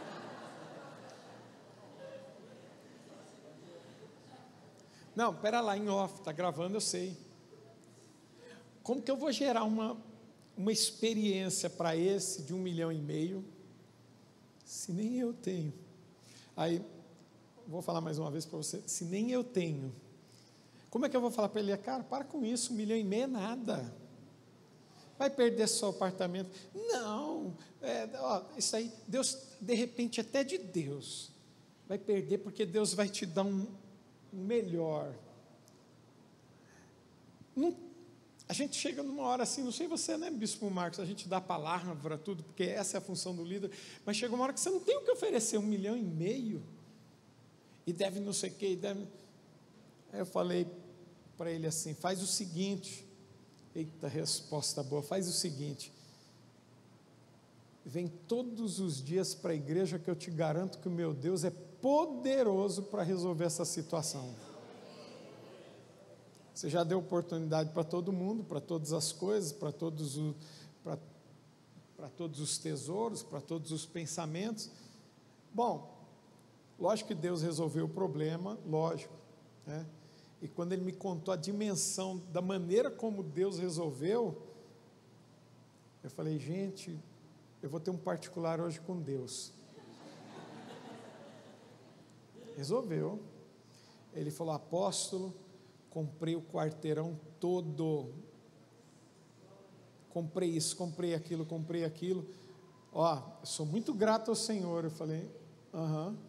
Não, pera lá, em off, está gravando, eu sei. Como que eu vou gerar uma... uma experiência para esse de um milhão e meio, se nem eu tenho? Aí, vou falar mais uma vez para você: se nem eu tenho, como é que eu vou falar para ele? Cara, para com isso, um milhão e meio é nada, vai perder seu apartamento. Não, é, ó, isso aí, Deus, de repente até de Deus, vai perder, porque Deus vai te dar um, um melhor. Não. A gente chega numa hora assim, não sei você, né, Bispo Marcos, a gente dá palavra, tudo, porque essa é a função do líder, mas chega uma hora que você não tem o que oferecer, um milhão e meio, e deve não sei o que, e deve... Aí eu falei para ele assim: faz o seguinte, eita, resposta boa, faz o seguinte, vem todos os dias para a igreja, que eu te garanto que o meu Deus é poderoso para resolver essa situação. Você já deu oportunidade para todo mundo, para todas as coisas, para todos, o, para, para todos os tesouros, para todos os pensamentos. Bom, lógico que Deus resolveu o problema, lógico, né? E quando Ele me contou a dimensão da maneira como Deus resolveu, eu falei: gente, eu vou ter um particular hoje com Deus. Resolveu. Ele falou: apóstolo, comprei o quarteirão todo, comprei isso, comprei aquilo, comprei aquilo, ó, eu sou muito grato ao Senhor. Eu falei: aham. Uhum.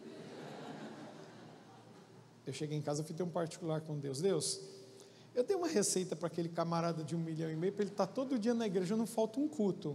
Eu cheguei em casa, fui ter um particular com Deus. Deus, eu dei uma receita para aquele camarada de um milhão e meio, para ele estar todo dia na igreja, não falta um culto.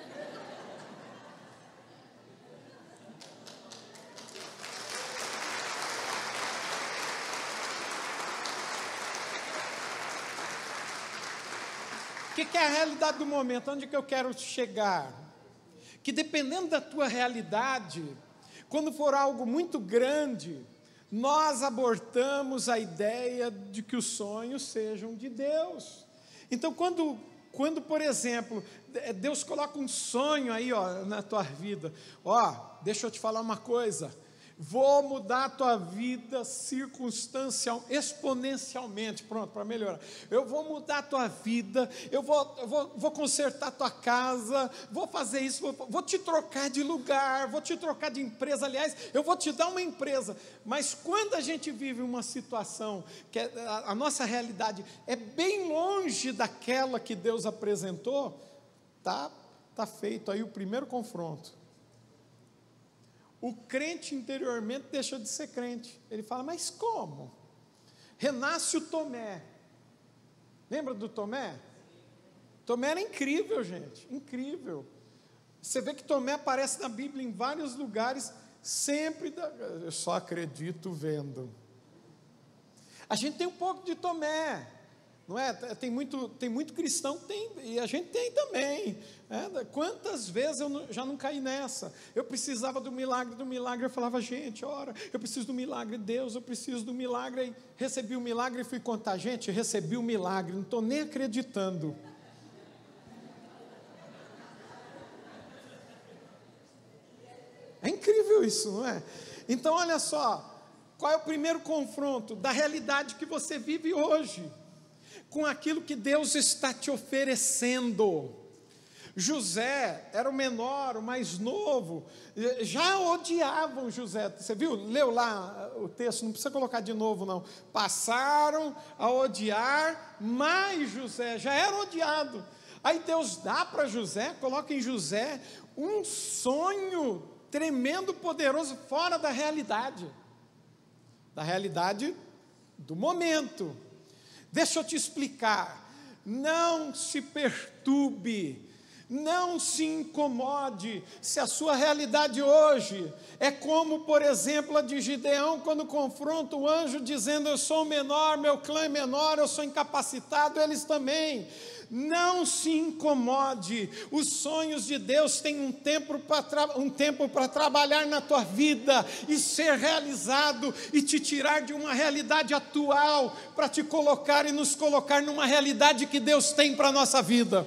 O que, que é a realidade do momento? Onde que eu quero chegar? Que dependendo da tua realidade, quando for algo muito grande, nós abortamos a ideia de que os sonhos sejam de Deus. Então, quando, quando por exemplo, Deus coloca um sonho aí, ó, na tua vida, ó, deixa eu te falar uma coisa, vou mudar a tua vida circunstancial, exponencialmente, pronto, para melhorar. Eu vou mudar a tua vida, eu vou, eu vou, vou consertar a tua casa, vou fazer isso, vou, vou te trocar de lugar, vou te trocar de empresa. Aliás, eu vou te dar uma empresa. Mas quando a gente vive uma situação que é, a, a nossa realidade é bem longe daquela que Deus apresentou, tá, tá feito aí o primeiro confronto. O crente interiormente deixa de ser crente. Ele fala: mas como? Renasce o Tomé. Lembra do Tomé? Tomé era incrível, gente, incrível. Você vê que Tomé aparece na Bíblia em vários lugares, sempre, da, eu só acredito vendo. A gente tem um pouco de Tomé, não é? Tem muito, tem muito cristão que tem, e a gente tem também. É? Quantas vezes eu não, já não caí nessa? Eu precisava do milagre, do milagre, eu falava, gente, ora, eu preciso do milagre, Deus, eu preciso do milagre, aí recebi o milagre e fui contar, gente, recebi o milagre, não estou nem acreditando. É incrível isso, não é? Então, olha só, qual é o primeiro confronto? Da realidade que você vive hoje, com aquilo que Deus está te oferecendo. José era o menor, o mais novo, já odiavam José, você viu? Leu lá o texto, não precisa colocar de novo não, passaram a odiar mais José, já era odiado, aí Deus dá para José, coloca em José um sonho tremendo, poderoso, fora da realidade, da realidade do momento. Deixa eu te explicar, não se perturbe, não se incomode, se a sua realidade hoje é como, por exemplo, a de Gideão, quando confronta o anjo dizendo, eu sou o menor, meu clã é menor, eu sou incapacitado, eles também. Não se incomode, os sonhos de Deus têm um tempo para tra- um tempo para trabalhar na tua vida e ser realizado e te tirar de uma realidade atual para te colocar e nos colocar numa realidade que Deus tem para a nossa vida.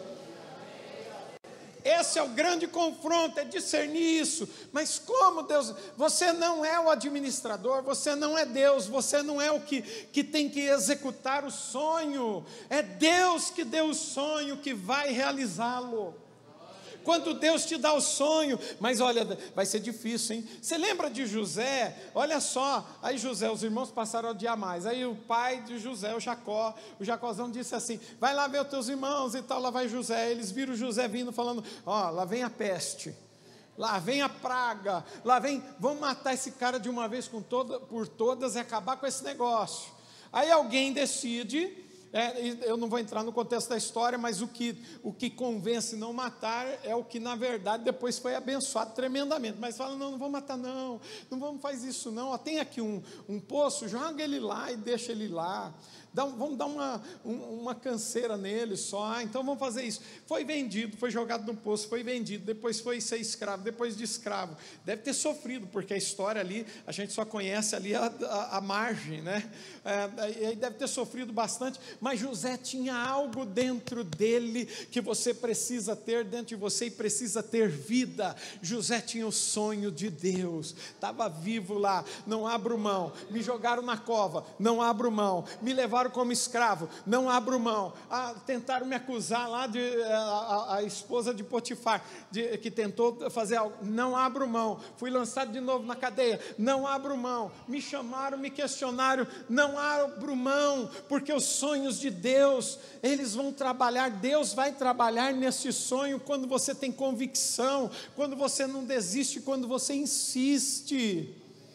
Esse é o grande confronto, é discernir isso. Mas como Deus, você não é o administrador, você não é Deus, você não é o que, que tem que executar o sonho, é Deus que deu o sonho, que vai realizá-lo. Quando Deus te dá o sonho, mas olha, vai ser difícil, hein? Você lembra de José? Olha só, aí José, os irmãos passaram a odiar mais, aí o pai de José, o Jacó, o Jacózão disse assim, vai lá ver os teus irmãos e tal, lá vai José, eles viram José vindo falando, ó, lá vem a peste, lá vem a praga, lá vem, vamos matar esse cara de uma vez com toda, por todas e acabar com esse negócio. Aí alguém decide... É, eu não vou entrar no contexto da história, mas o que, o que convence não matar é o que na verdade depois foi abençoado tremendamente, mas fala, não, não vamos matar não, não vamos fazer isso não, ó, tem aqui um, um poço, joga ele lá e deixa ele lá, dá, vamos dar uma, um, uma canseira nele só, ah, então vamos fazer isso, foi vendido, foi jogado no poço, foi vendido, depois foi ser escravo, depois de escravo, deve ter sofrido, porque a história ali, a gente só conhece ali a, a, a margem, né, é, aí deve ter sofrido bastante, mas José tinha algo dentro dele que você precisa ter dentro de você e precisa ter vida. José tinha o sonho de Deus, estava vivo lá, não abro mão, me jogaram na cova, não abro mão, me levaram como escravo, não abro mão, ah, tentaram me acusar lá, de, a, a, a esposa de Potifar, de, que tentou fazer algo, não abro mão, fui lançado de novo na cadeia, não abro mão, me chamaram, me questionaram, não abro mão, porque os sonhos de Deus, eles vão trabalhar, Deus vai trabalhar nesse sonho quando você tem convicção, quando você não desiste, quando você insiste.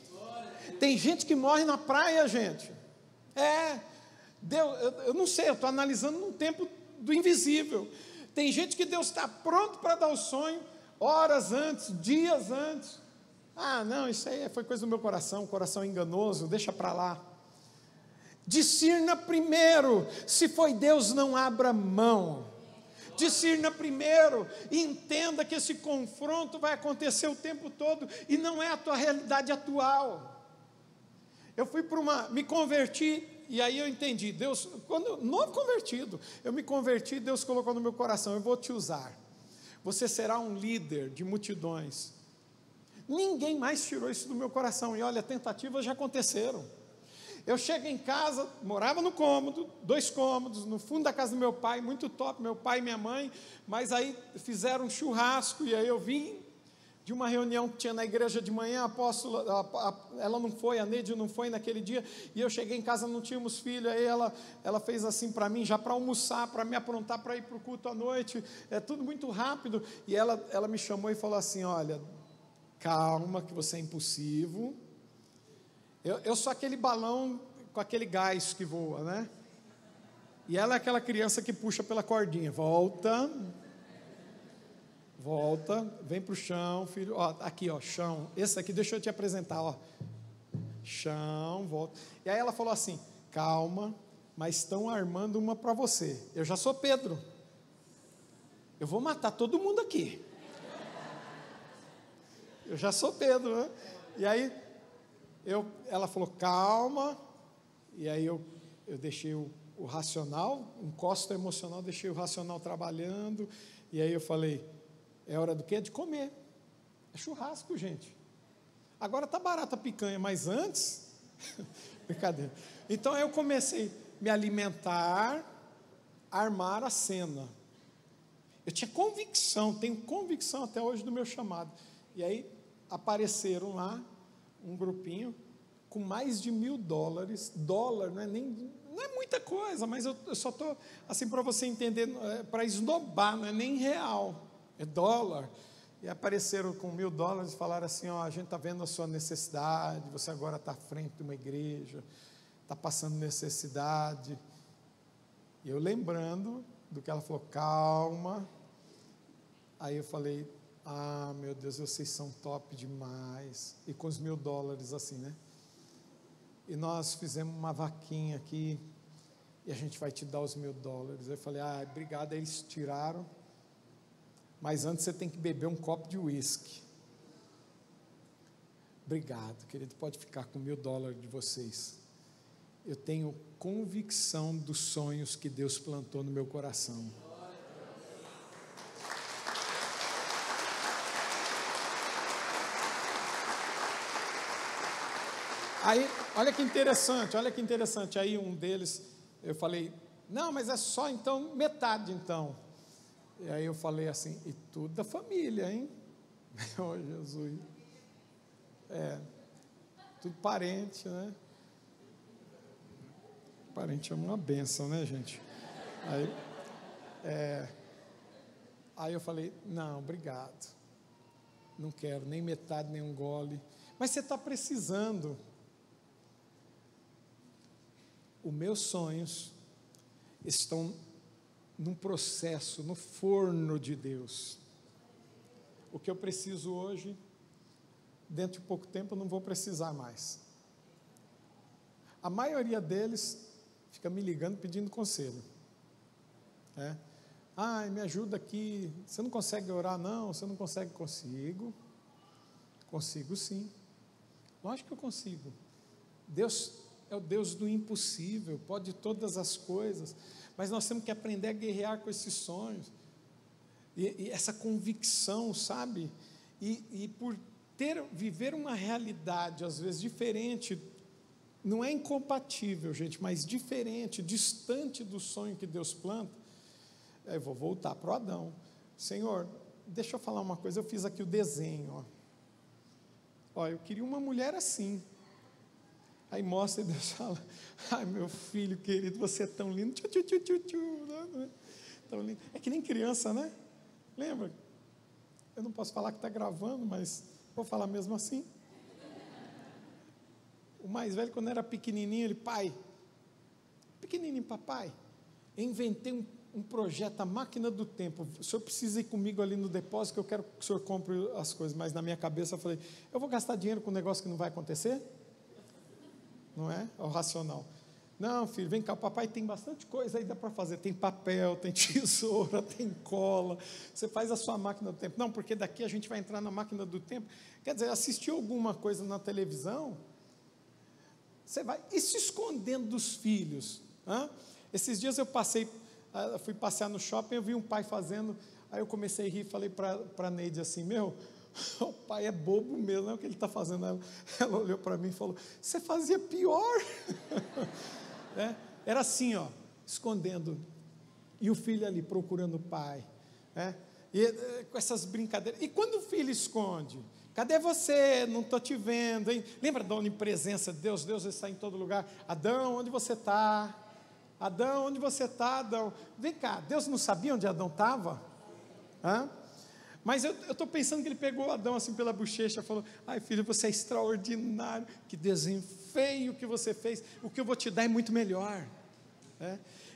Tem gente que morre na praia, gente, é, Deus, eu, eu não sei, eu estou analisando num tempo do invisível, tem gente que Deus está pronto para dar o sonho, horas antes, dias antes, ah não, isso aí foi coisa do meu coração, coração enganoso, deixa para lá. Discirna primeiro, se foi Deus, não abra mão. Discirna primeiro, e entenda que esse confronto vai acontecer o tempo todo, e não é a tua realidade atual. Eu fui para uma, me converti, e aí eu entendi, Deus, quando, novo convertido, eu me converti, Deus colocou no meu coração, eu vou te usar, você será um líder de multidões. Ninguém mais tirou isso do meu coração, e olha, tentativas já aconteceram. Eu chego em casa, morava no cômodo, dois cômodos, no fundo da casa do meu pai, muito top, meu pai e minha mãe, mas aí fizeram um churrasco, e aí eu vim de uma reunião que tinha na igreja de manhã, a apóstola, a, a, ela não foi, a Neide não foi naquele dia, e eu cheguei em casa, não tínhamos filho, aí ela, ela fez assim para mim, já para almoçar, para me aprontar para ir para o culto à noite, é tudo muito rápido, e ela, ela me chamou e falou assim, olha, calma que você é impulsivo, Eu, eu sou aquele balão com aquele gás que voa, né? E ela é aquela criança que puxa pela cordinha. Volta. Volta. Vem para o chão, filho. Ó, aqui, ó, chão. Esse aqui, deixa eu te apresentar, ó. Chão, volta. E aí ela falou assim, calma, mas estão armando uma para você. Eu já sou Pedro. Eu vou matar todo mundo aqui. Eu já sou Pedro, né? E aí, eu, ela falou, calma. E aí eu, eu deixei o, o racional, encosto emocional, deixei o racional trabalhando. E aí eu falei, é hora do quê? De comer. É churrasco, gente. Agora está barata a picanha, mas antes, brincadeira. Então eu comecei a me alimentar, armar a cena. Eu tinha convicção, tenho convicção até hoje do meu chamado. E aí apareceram lá um grupinho com mais de mil dólares. Dólar não é nem, não é muita coisa, mas eu, eu só estou assim para você entender, é, para esnobar, não é nem real, é dólar. E apareceram com mil dólares e falaram assim, ó, a gente está vendo a sua necessidade, você agora está à frente de uma igreja, está passando necessidade. E eu lembrando do que ela falou, calma. Aí eu falei, ah, meu Deus, vocês são top demais. E com os mil dólares assim, né? E nós fizemos uma vaquinha aqui, e a gente vai te dar os mil dólares. Eu falei, ah, obrigado. Aí eles tiraram. Mas antes você tem que beber um copo de uísque. Obrigado, querido, pode ficar com mil dólares de vocês. Eu tenho convicção dos sonhos que Deus plantou no meu coração. Aí, olha que interessante, olha que interessante. Aí um deles, eu falei, não, mas é só então, metade então. E aí eu falei assim, e tudo da família, hein? Oh, Jesus. É, tudo parente, né? Parente é uma bênção, né, gente? Aí, é, aí eu falei, não, obrigado. Não quero nem metade, nem um gole. Mas você está precisando. Os meus sonhos estão num processo, no forno de Deus. O que eu preciso hoje, dentro de pouco tempo eu não vou precisar mais. A maioria deles fica me ligando pedindo conselho. É. Ai, me ajuda aqui, você não consegue orar não? Você não consegue? Consigo. Consigo sim. Lógico que eu consigo. Deus é o Deus do impossível, pode todas as coisas. Mas nós temos que aprender a guerrear com esses sonhos, e, e essa convicção, sabe, e, e por ter, viver uma realidade, às vezes, diferente, não é incompatível, gente, mas diferente, distante do sonho que Deus planta. Eu vou voltar para o Adão. Senhor, deixa eu falar uma coisa, eu fiz aqui o desenho, ó. Ó, eu queria uma mulher assim. Aí mostra e Deus fala, ai meu filho querido, você é tão lindo, tchu, tchu, tchu, tchu, tchu, né? Tão lindo. É que nem criança, né? Lembra? Eu não posso falar que está gravando, mas vou falar mesmo assim. O mais velho, quando era pequenininho, ele, pai, pequenininho, papai, eu inventei um, um projeto, a máquina do tempo, o senhor precisa ir comigo ali no depósito, que eu quero que o senhor compre as coisas. Mas na minha cabeça eu falei, eu vou gastar dinheiro com um negócio que não vai acontecer? Não é? É o racional. Não, filho, vem cá, o papai tem bastante coisa aí, dá para fazer. Tem papel, tem tesoura, tem cola. Você faz a sua máquina do tempo. Não, porque daqui a gente vai entrar na máquina do tempo. Quer dizer, assistiu alguma coisa na televisão, você vai e se escondendo dos filhos. Hã? Esses dias eu passei, fui passear no shopping, eu vi um pai fazendo, aí eu comecei a rir, falei para a Neide assim, meu, o pai é bobo mesmo, não é o que ele está fazendo. Ela, ela olhou para mim e falou, você fazia pior. É, era assim, ó, escondendo, e o filho ali procurando o pai, é, e, com essas brincadeiras. E quando o filho esconde, cadê você? Não estou te vendo, hein? Lembra da onipresença de Deus? Deus está em todo lugar. Adão, onde você está? Adão, onde você está, Adão? Vem cá, Deus não sabia onde Adão estava? Hã? Mas eu estou pensando que ele pegou Adão assim pela bochecha e falou, ai filho, você é extraordinário, que desenho feio que você fez, o que eu vou te dar é muito melhor. É?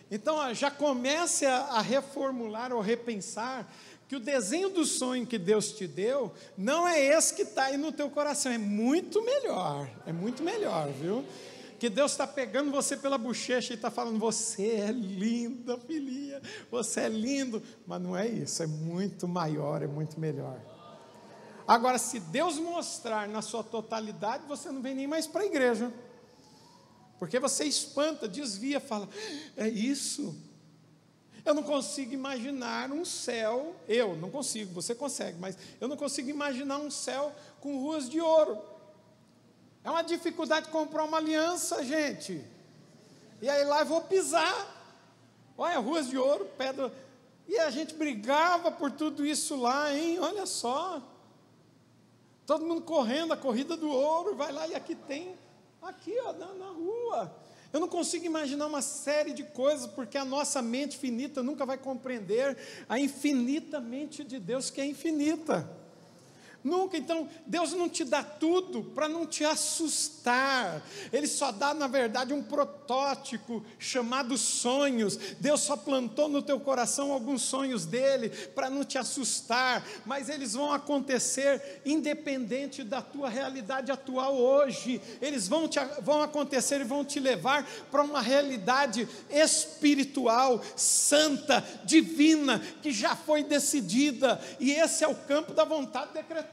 Então, ó, já comece a, a reformular ou repensar que o desenho do sonho que Deus te deu não é esse que está aí no teu coração, é muito melhor, é muito melhor, viu? Que Deus está pegando você pela bochecha e está falando, você é linda, filhinha, você é lindo, mas não é isso, é muito maior, é muito melhor. Agora, se Deus mostrar na sua totalidade, você não vem nem mais para a igreja, porque você espanta, desvia, fala, é isso. Eu não consigo imaginar um céu, eu não consigo, você consegue, mas eu não consigo imaginar um céu com ruas de ouro. É uma dificuldade comprar uma aliança, gente. E aí lá eu vou pisar. Olha, ruas de ouro, pedra. E a gente brigava por tudo isso lá, hein? Olha só. Todo mundo correndo a corrida do ouro, vai lá e aqui tem, aqui ó, na, na rua. Eu não consigo imaginar uma série de coisas, porque a nossa mente finita nunca vai compreender a infinita mente de Deus, que é infinita. Nunca. Então, Deus não te dá tudo para não te assustar. Ele só dá, na verdade, um protótipo chamado sonhos. Deus só plantou no teu coração alguns sonhos dele para não te assustar, mas eles vão acontecer independente da tua realidade atual hoje. Eles vão, te, vão acontecer e vão te levar para uma realidade espiritual, santa, divina, que já foi decidida, e esse é o campo da vontade decretada.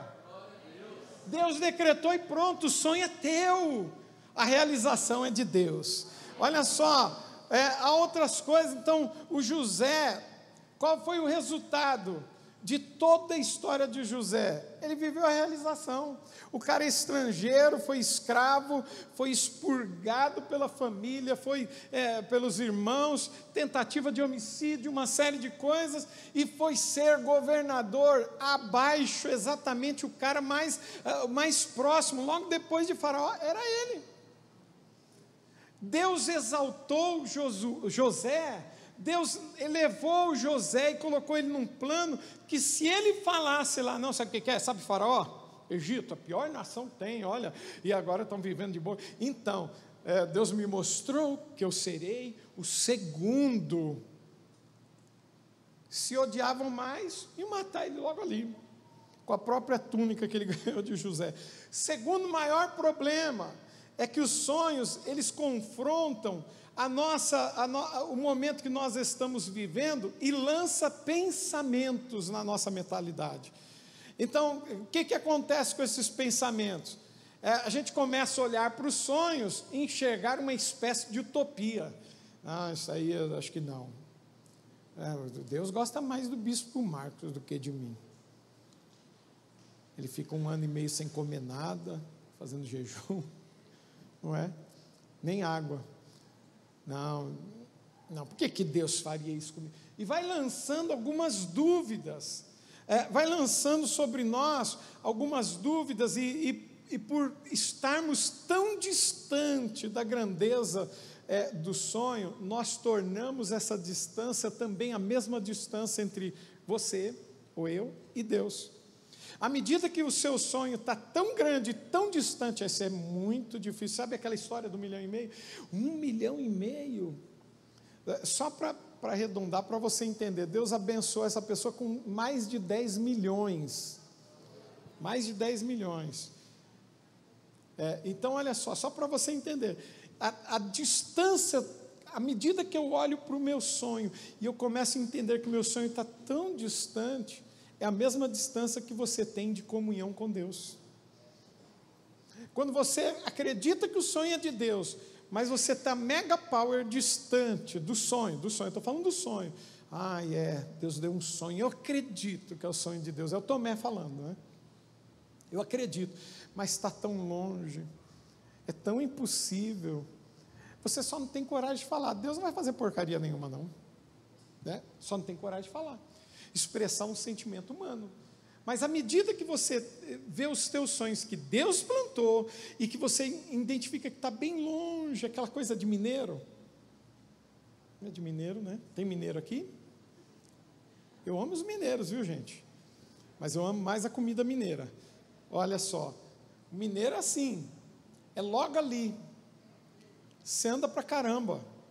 Deus decretou e pronto, o sonho é teu, a realização é de Deus. Olha só, é, há outras coisas. Então, o José, qual foi o resultado de toda a história de José? Ele viveu a realização. O cara é estrangeiro, foi escravo, foi expurgado pela família, foi é, pelos irmãos, tentativa de homicídio, uma série de coisas, e foi ser governador abaixo, exatamente o cara mais, uh, mais próximo, logo depois de Faraó, era ele. Deus exaltou Josu, José, Deus elevou José e colocou ele num plano que, se ele falasse lá, não, sabe o que é? Sabe Faraó? Egito, a pior nação tem, olha, e agora estão vivendo de boa. Então, é, Deus me mostrou que eu serei o segundo. Se odiavam mais, e matar ele logo ali, com a própria túnica que ele ganhou de José. Segundo maior problema é que os sonhos, eles confrontam a nossa, a no, o momento que nós estamos vivendo e lança pensamentos na nossa mentalidade. Então, o que, que acontece com esses pensamentos? É, a gente começa a olhar para os sonhos e enxergar uma espécie de utopia. Ah, isso aí eu acho que não. É, Deus gosta mais do bispo Marcos do que de mim. Ele fica um ano e meio sem comer nada, fazendo jejum, não é? Nem água. Não, não, por que, que Deus faria isso comigo? E vai lançando algumas dúvidas. É, vai lançando sobre nós algumas dúvidas, e, e, e por estarmos tão distante da grandeza é, do sonho, nós tornamos essa distância também a mesma distância entre você, ou eu, e Deus. À medida que o seu sonho está tão grande, tão distante, isso é muito difícil. Sabe aquela história do milhão e meio? Um milhão e meio, só para para arredondar, para você entender, Deus abençoou essa pessoa com mais de dez milhões, mais de dez milhões, é, então olha só, só para você entender, a, a distância, à medida que eu olho para o meu sonho, e eu começo a entender que o meu sonho está tão distante, é a mesma distância que você tem de comunhão com Deus. Quando você acredita que o sonho é de Deus, mas você está mega power distante do sonho, do sonho, estou falando do sonho. Ah, é, Deus deu um sonho, eu acredito que é o sonho de Deus, é o Tomé falando, né? Eu acredito, mas está tão longe, é tão impossível, você só não tem coragem de falar. Deus não vai fazer porcaria nenhuma não, né? Só não tem coragem de falar, expressar um sentimento humano. Mas à medida que você vê os teus sonhos que Deus plantou, e que você identifica que está bem longe, aquela coisa de mineiro, é de mineiro, né? Tem mineiro aqui? Eu amo os mineiros, viu, gente? Mas eu amo mais a comida mineira. Olha só, o mineiro é assim, é logo ali, você anda pra caramba,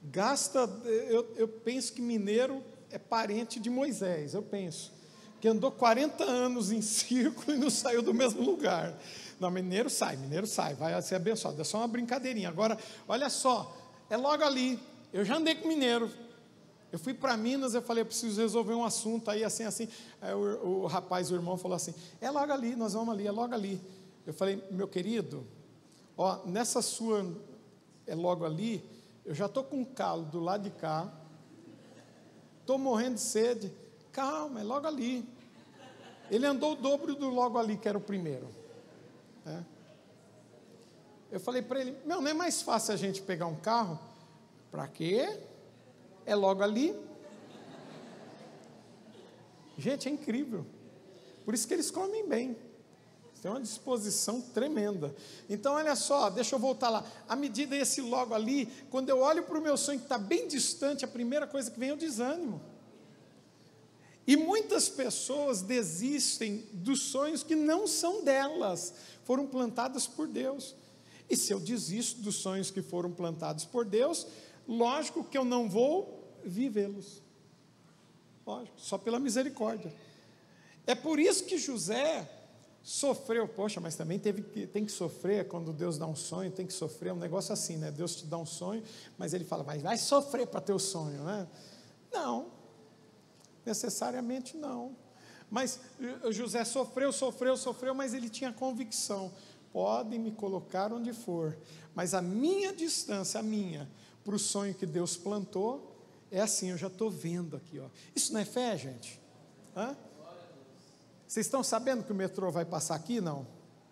Gasta, eu, eu penso que mineiro é parente de Moisés, eu penso, que andou quarenta anos em círculo e não saiu do mesmo lugar. Não, mineiro sai, mineiro sai, vai ser abençoado, é só uma brincadeirinha. Agora, olha só, é logo ali, eu já andei com mineiro, eu fui para Minas, eu falei, eu preciso resolver um assunto aí, assim, assim, aí o, o rapaz, o irmão falou assim, é logo ali, nós vamos ali, é logo ali. Eu falei, meu querido, ó, nessa sua, é logo ali, eu já estou com um calo do lado de cá, estou morrendo de sede, calma, é logo ali. Ele andou o dobro do logo ali, que era o primeiro. É. Eu falei para ele, meu, não é mais fácil a gente pegar um carro? Para quê? É logo ali. Gente, é incrível. Por isso que eles comem bem. Tem uma disposição tremenda. Então, olha só, deixa eu voltar lá. À medida esse logo ali, quando eu olho para o meu sonho que está bem distante, a primeira coisa que vem é o desânimo. E muitas pessoas desistem dos sonhos que não são delas, foram plantadas por Deus. E se eu desisto dos sonhos que foram plantados por Deus, lógico que eu não vou vivê-los. Lógico, só pela misericórdia. É por isso que José sofreu, poxa, mas também teve que, tem que sofrer, quando Deus dá um sonho, tem que sofrer, é um negócio assim, né? Deus te dá um sonho, mas ele fala, mas vai sofrer para ter o sonho, né? Não, necessariamente não. Mas José sofreu, sofreu, sofreu, mas ele tinha convicção, podem me colocar onde for, mas a minha distância, a minha, para o sonho que Deus plantou, é assim, eu já estou vendo aqui, ó. Isso não é fé, gente? Hã? Vocês estão sabendo que o metrô vai passar aqui, não?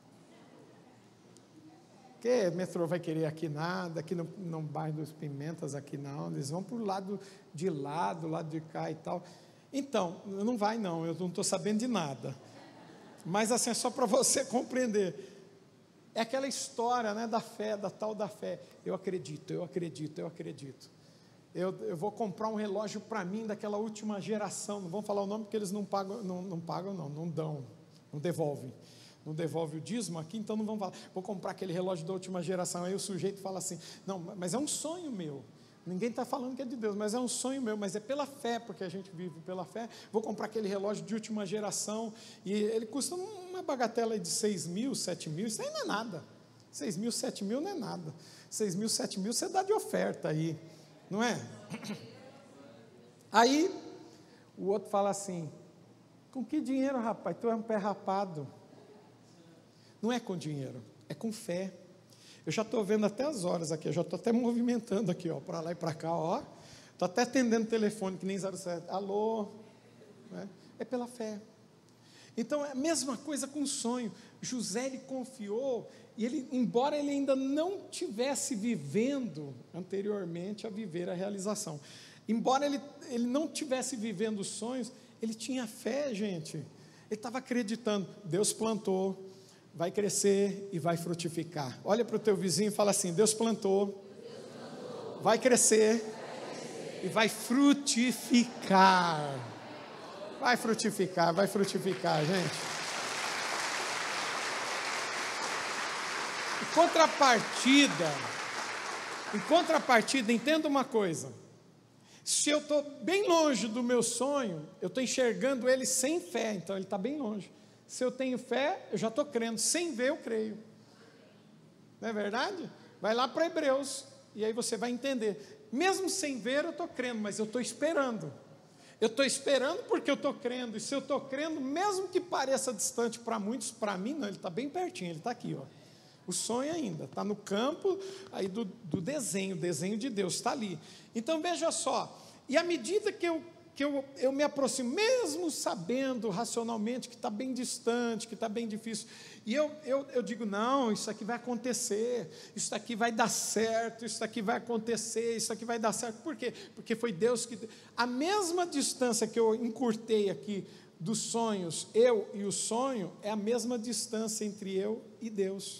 Que o metrô vai querer aqui nada, aqui no, no bairro dos Pimentas, aqui não, eles vão para o lado de lá, do lado de cá e tal. Então, não vai não, eu não estou sabendo de nada. Mas assim, é só para você compreender. É aquela história, né, da fé, da tal da fé. Eu acredito, eu acredito, eu acredito. Eu, eu vou comprar um relógio para mim daquela última geração. Não vamos falar o nome porque eles não pagam, não, não pagam, não, não dão, não devolvem. Não devolve o dízimo aqui, então não vamos falar. Vou comprar aquele relógio da última geração. Aí o sujeito fala assim, não, mas é um sonho meu. Ninguém está falando que é de Deus, mas é um sonho meu, mas é pela fé, porque a gente vive pela fé. Vou comprar aquele relógio de última geração, e ele custa uma bagatela de seis mil, sete mil, isso aí não é nada. seis mil, sete mil não é nada. seis mil, sete mil você dá de oferta aí, não é? Aí, o outro fala assim, com que dinheiro, rapaz? Tu é um pé rapado. Não é com dinheiro, é com fé. Eu já estou vendo até as horas aqui, eu já estou até movimentando aqui, ó, para lá e para cá, ó. Estou até atendendo o telefone, que nem zero sete, alô, né? É pela fé. Então, é a mesma coisa com o sonho. José, ele confiou, e ele, embora ele ainda não tivesse vivendo anteriormente a viver a realização, embora ele, ele não tivesse vivendo os sonhos, ele tinha fé, gente. Ele estava acreditando, Deus plantou, vai crescer e vai frutificar. Olha para o teu vizinho e fala assim, Deus plantou, Deus plantou vai, crescer, vai crescer e vai frutificar. Vai frutificar, vai frutificar, gente. Em contrapartida, em contrapartida, entenda uma coisa. Se eu estou bem longe do meu sonho, eu estou enxergando ele sem fé, então ele está bem longe. Se eu tenho fé, eu já estou crendo. Sem ver, eu creio. Não é verdade? Vai lá para Hebreus, e aí você vai entender. Mesmo sem ver, eu estou crendo, mas eu estou esperando. Eu estou esperando porque eu estou crendo. E se eu estou crendo, mesmo que pareça distante para muitos, para mim não, ele está bem pertinho, ele está aqui, ó. O sonho ainda, está no campo aí do, do desenho, o desenho de Deus, está ali. Então veja só, e à medida que eu que eu, eu me aproximo, mesmo sabendo racionalmente que está bem distante, que está bem difícil, e eu, eu, eu digo, não, isso aqui vai acontecer, isso aqui vai dar certo, isso aqui vai acontecer, isso aqui vai dar certo, por quê? Porque foi Deus que, a mesma distância que eu encurtei aqui, dos sonhos, eu e o sonho, é a mesma distância entre eu e Deus.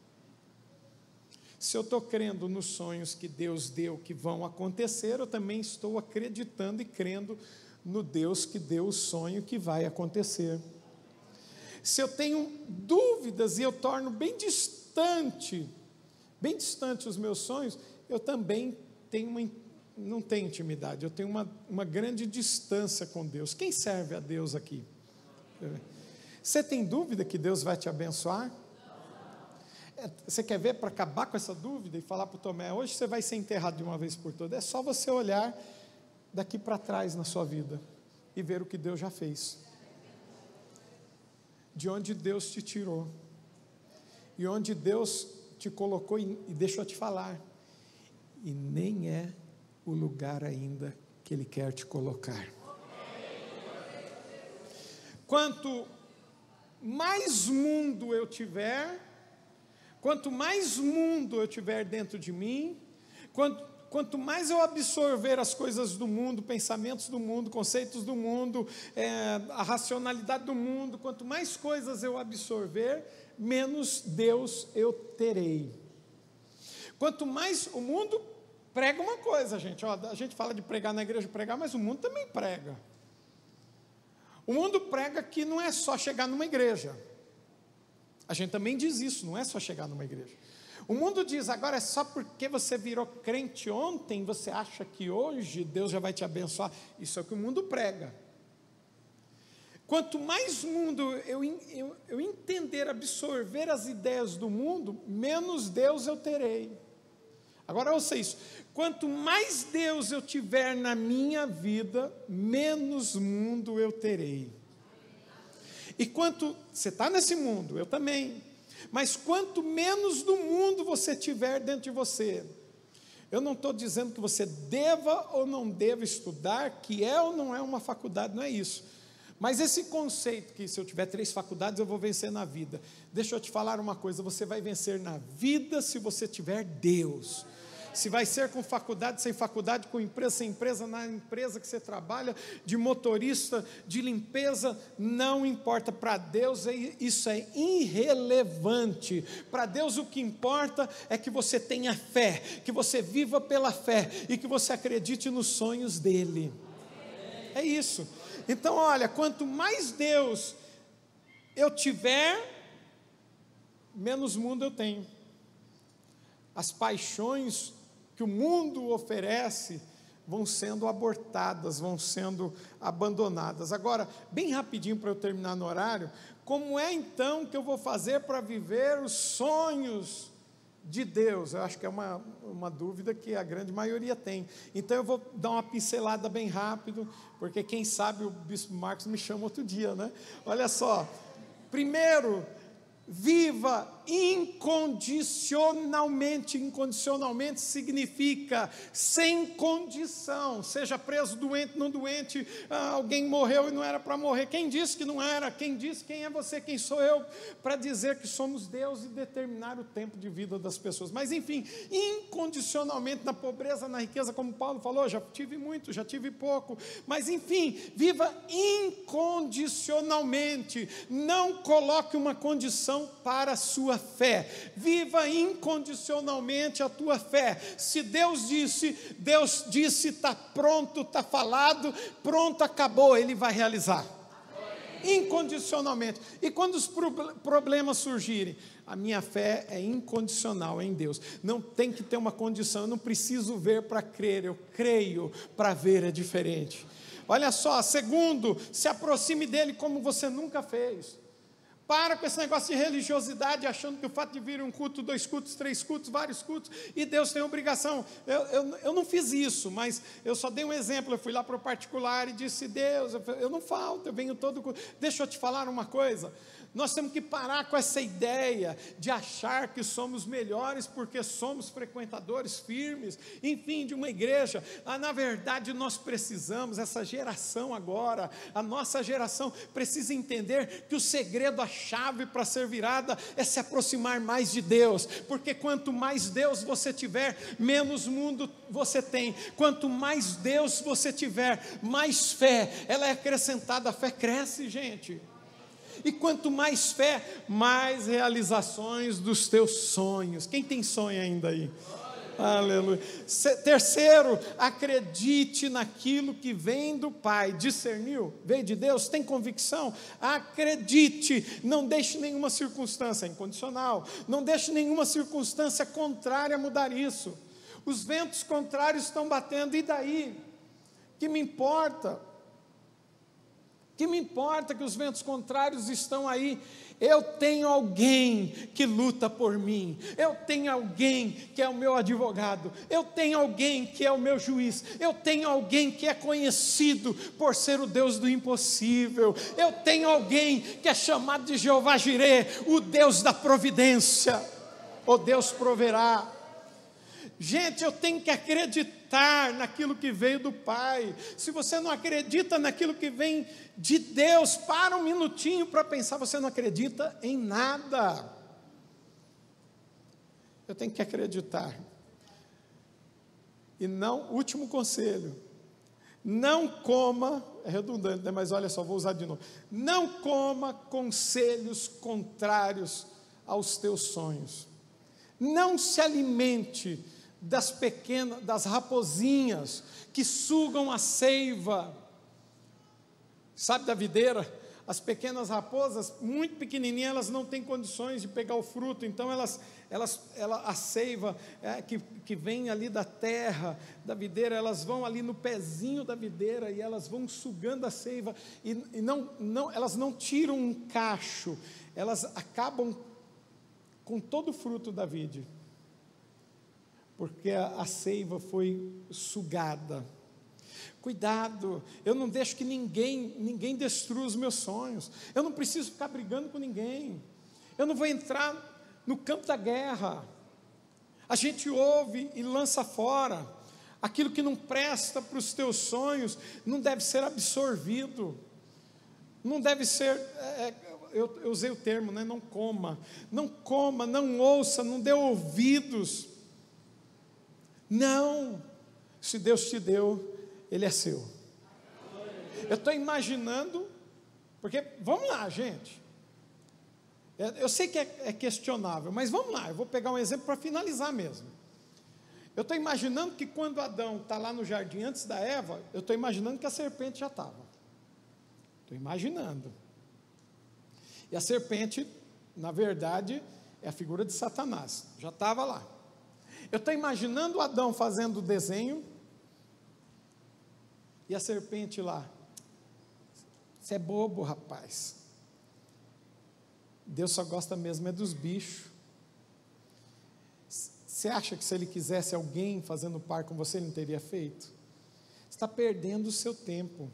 Se eu estou crendo nos sonhos que Deus deu que vão acontecer, eu também estou acreditando e crendo no Deus que deu o sonho que vai acontecer. Se eu tenho dúvidas e eu torno bem distante, bem distante os meus sonhos, eu também tenho uma, não tenho intimidade, eu tenho uma, uma grande distância com Deus. Quem serve a Deus aqui? Você tem dúvida que Deus vai te abençoar? Você quer ver, para acabar com essa dúvida e falar para o Tomé, hoje você vai ser enterrado de uma vez por todas? É só você olhar daqui para trás na sua vida e ver o que Deus já fez, de onde Deus te tirou e onde Deus te colocou. E, e deixa eu te falar, e nem é o lugar ainda que Ele quer te colocar. Quanto mais mundo eu tiver, quanto mais mundo eu tiver dentro de mim, quanto, quanto mais eu absorver as coisas do mundo, pensamentos do mundo, conceitos do mundo, é, a racionalidade do mundo, quanto mais coisas eu absorver, menos Deus eu terei. Quanto mais o mundo prega uma coisa, gente, ó, a gente fala de pregar na igreja, pregar, mas o mundo também prega. O mundo prega que não é só chegar numa igreja. A gente também diz isso, não é só chegar numa igreja. O mundo diz, agora é só porque você virou crente ontem, você acha que hoje Deus já vai te abençoar. Isso é o que o mundo prega. Quanto mais mundo eu, eu, eu entender, absorver as ideias do mundo, menos Deus eu terei. Agora ouça isso, quanto mais Deus eu tiver na minha vida, menos mundo eu terei. E quanto, você está nesse mundo, eu também, mas quanto menos do mundo você tiver dentro de você, eu não estou dizendo que você deva ou não deva estudar, que é ou não é uma faculdade, não é isso. Mas esse conceito que se eu tiver três faculdades eu vou vencer na vida, deixa eu te falar uma coisa, você vai vencer na vida se você tiver Deus. Se vai ser com faculdade, sem faculdade, com empresa, sem empresa, na empresa que você trabalha, de motorista, de limpeza, não importa, para Deus isso é irrelevante. Para Deus o que importa é que você tenha fé, que você viva pela fé e que você acredite nos sonhos dEle. É isso. Então olha, quanto mais Deus eu tiver, menos mundo eu tenho. As paixões que o mundo oferece vão sendo abortadas, vão sendo abandonadas. Agora, bem rapidinho para eu terminar no horário, como é então que eu vou fazer para viver os sonhos de Deus? Eu acho que é uma, uma dúvida que a grande maioria tem. Então eu vou dar uma pincelada bem rápido, porque quem sabe o Bispo Marcos me chama outro dia, né? Olha só, primeiro, viva incondicionalmente. Incondicionalmente significa sem condição, seja preso, doente, não doente, ah, alguém morreu e não era para morrer. Quem disse que não era? Quem disse? Quem é você? Quem sou eu para dizer que somos Deus e determinar o tempo de vida das pessoas? Mas enfim, incondicionalmente, na pobreza, na riqueza, como Paulo falou, já tive muito, já tive pouco, mas enfim, viva incondicionalmente, não coloque uma condição para a sua fé, viva incondicionalmente a tua fé. Se Deus disse, Deus disse, está pronto, está falado, pronto, acabou, Ele vai realizar. Incondicionalmente. E quando os pro- problemas surgirem, a minha fé é incondicional em Deus, não tem que ter uma condição, eu não preciso ver para crer, eu creio para ver, é diferente. Olha só, segundo, se aproxime dEle como você nunca fez. Para com esse negócio de religiosidade, achando que o fato de vir um culto, dois cultos, três cultos, vários cultos, e Deus tem obrigação. Eu, eu, eu não fiz isso, mas eu só dei um exemplo. Eu fui lá para o particular e disse, Deus, eu, eu não falto, eu venho todo culto. Deixa eu te falar uma coisa. Nós temos que parar com essa ideia de achar que somos melhores porque somos frequentadores firmes, enfim, de uma igreja. Ah, na verdade, nós precisamos, essa geração agora, a nossa geração precisa entender que o segredo, a chave para ser virada é se aproximar mais de Deus, porque quanto mais Deus você tiver, menos mundo você tem. Quanto mais Deus você tiver, mais fé, ela é acrescentada, a fé cresce, gente. E quanto mais fé, mais realizações dos teus sonhos. Quem tem sonho ainda aí? Aleluia. Terceiro, acredite naquilo que vem do Pai. Discerniu? Veio de Deus? Tem convicção? Acredite. Não deixe nenhuma circunstância incondicional. Não deixe nenhuma circunstância contrária a mudar isso. os ventos contrários estão batendo, e daí? Que me importa? Que me importa que os ventos contrários estão aí? Eu tenho alguém que luta por mim, eu tenho alguém que é o meu advogado, eu tenho alguém que é o meu juiz, eu tenho alguém que é conhecido por ser o Deus do impossível, eu tenho alguém que é chamado de Jeová Jirê, o Deus da providência, o Deus proverá. Gente, eu tenho que acreditar naquilo que veio do Pai. Se você não acredita naquilo que vem de Deus, para um minutinho para pensar, você não acredita em nada. Eu tenho que acreditar. E não, último conselho, não coma, é redundante, né? Mas olha só, vou usar de novo. Não coma conselhos contrários aos teus sonhos. Não se alimente das pequenas, das raposinhas que sugam a seiva, sabe, da videira. As pequenas raposas, muito pequenininhas, elas não têm condições de pegar o fruto, então elas, elas, ela, a seiva é, que, que vem ali da terra, da videira, elas vão ali no pezinho da videira, e elas vão sugando a seiva, e, e não, não, elas não tiram um cacho, elas acabam com todo o fruto da vide, porque a, a seiva foi sugada. Cuidado, eu não deixo que ninguém, ninguém destrua os meus sonhos, eu não preciso ficar brigando com ninguém, eu não vou entrar no campo da guerra. A gente ouve e lança fora, aquilo que não presta para os teus sonhos, não deve ser absorvido, não deve ser, é, eu, eu usei o termo, né, não coma, não coma, não ouça, não dê ouvidos. Não, se Deus te deu, Ele é seu. Eu estou imaginando, porque, vamos lá, gente, eu sei que é, é questionável, mas vamos lá, eu vou pegar um exemplo para finalizar mesmo. Eu estou imaginando que quando Adão está lá no jardim antes da Eva, eu estou imaginando que a serpente já estava. Estou imaginando. E a serpente, na verdade, é a figura de Satanás, já estava lá. Eu estou imaginando Adão fazendo o desenho, e a serpente lá. Você é bobo, rapaz. Deus só gosta mesmo é dos bichos. Você acha que se Ele quisesse alguém fazendo par com você, Ele não teria feito? Você está perdendo o seu tempo.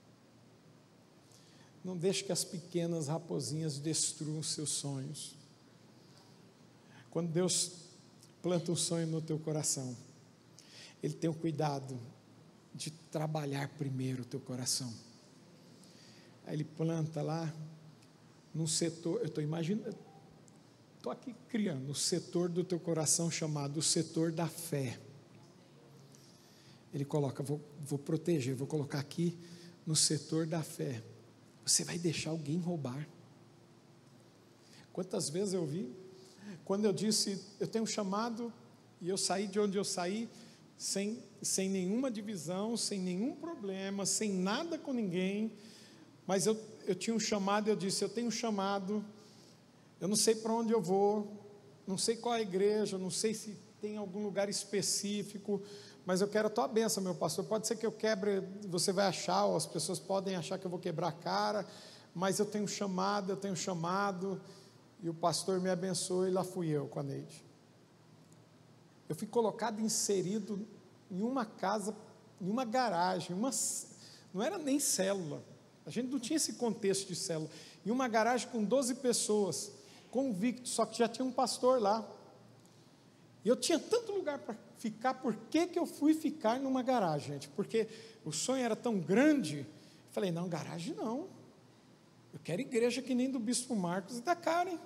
Não deixe que as pequenas raposinhas destruam os seus sonhos. Quando Deus planta um sonho no teu coração, Ele tem o cuidado de trabalhar primeiro o teu coração. Aí Ele planta lá, num setor, eu estou imaginando, estou aqui criando o setor do teu coração chamado o setor da fé. Ele coloca, vou, vou proteger, vou colocar aqui no setor da fé. Você vai deixar alguém roubar. Quantas vezes eu vi, quando eu disse, eu tenho um chamado, e eu saí de onde eu saí, sem, sem nenhuma divisão, sem nenhum problema, sem nada com ninguém, mas eu, eu tinha um chamado, eu disse, eu tenho um chamado, eu não sei para onde eu vou, não sei qual é a igreja, não sei se tem algum lugar específico, mas eu quero a tua bênção, meu pastor. Pode ser que eu quebre, você vai achar, ou as pessoas podem achar que eu vou quebrar a cara, mas eu tenho um chamado, eu tenho um chamado, e o pastor me abençoou, e lá fui eu com a Neide. Eu fui colocado, inserido em uma casa, em uma garagem, uma, não era nem célula, a gente não tinha esse contexto de célula, em uma garagem com doze pessoas, convictos, só que já tinha um pastor lá, e eu tinha tanto lugar para ficar. Por que que eu fui ficar numa garagem, gente? Porque o sonho era tão grande, eu falei, não, garagem não, eu quero igreja que nem do Bispo Marcos e da Karen.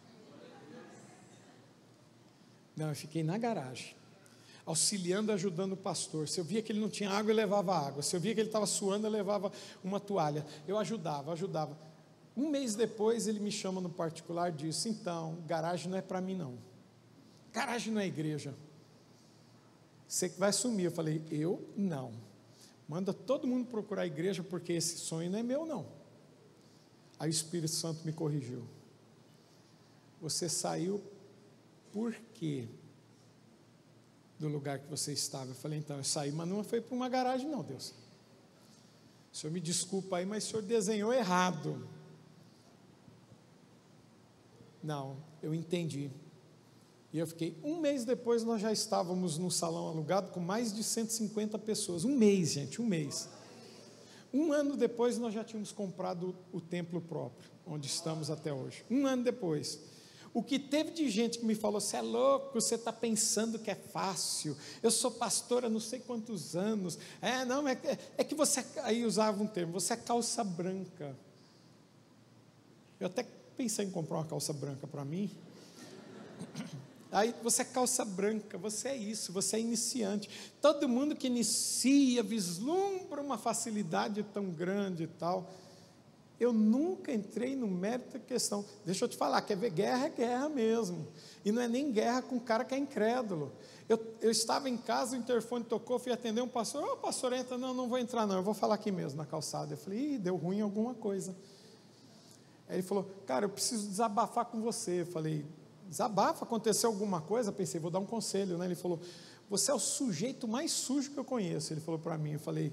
Não, eu fiquei na garagem, auxiliando, ajudando o pastor. Se eu via que ele não tinha água, eu levava água. Se eu via que ele estava suando, eu levava uma toalha. Eu ajudava, ajudava. Um mês depois, ele me chama no particular e disse, então, garagem não é para mim não. Garagem não é igreja. Você que vai sumir. Eu falei, eu não. Manda todo mundo procurar a igreja, porque esse sonho não é meu não. Aí o Espírito Santo me corrigiu. Você saiu por quê? do lugar que você estava. Eu falei, então, eu saí, mas não foi para uma garagem não, Deus. O Senhor me desculpa aí, mas o Senhor desenhou errado. Não, eu entendi. E eu fiquei, um mês depois nós já estávamos num salão alugado com mais de cento e cinquenta pessoas. Um mês, gente, um mês. Um ano depois nós já tínhamos comprado o templo próprio, onde estamos até hoje. Um ano depois. O que teve de gente que me falou, você é louco, você está pensando que é fácil, eu sou pastora há não sei quantos anos, é, não, é, é que você, aí usava um termo, você é calça branca. Eu até pensei em comprar uma calça branca para mim. Aí você é calça branca, você é isso, você é iniciante. Todo mundo que inicia vislumbra uma facilidade tão grande e tal. Eu nunca entrei no mérito da questão. Deixa eu te falar, quer ver guerra é guerra mesmo. E não é nem guerra com o cara que é incrédulo. Eu, eu estava em casa, o interfone tocou, fui atender um pastor. Ô, oh, pastor, entra. Não, não vou entrar não, eu vou falar aqui mesmo, na calçada. Eu falei, ih, deu ruim alguma coisa. Aí ele falou, cara, eu preciso desabafar com você. Eu falei, desabafa, aconteceu alguma coisa? Pensei, vou dar um conselho, né? Ele falou, você é o sujeito mais sujo que eu conheço. Ele falou para mim, eu falei,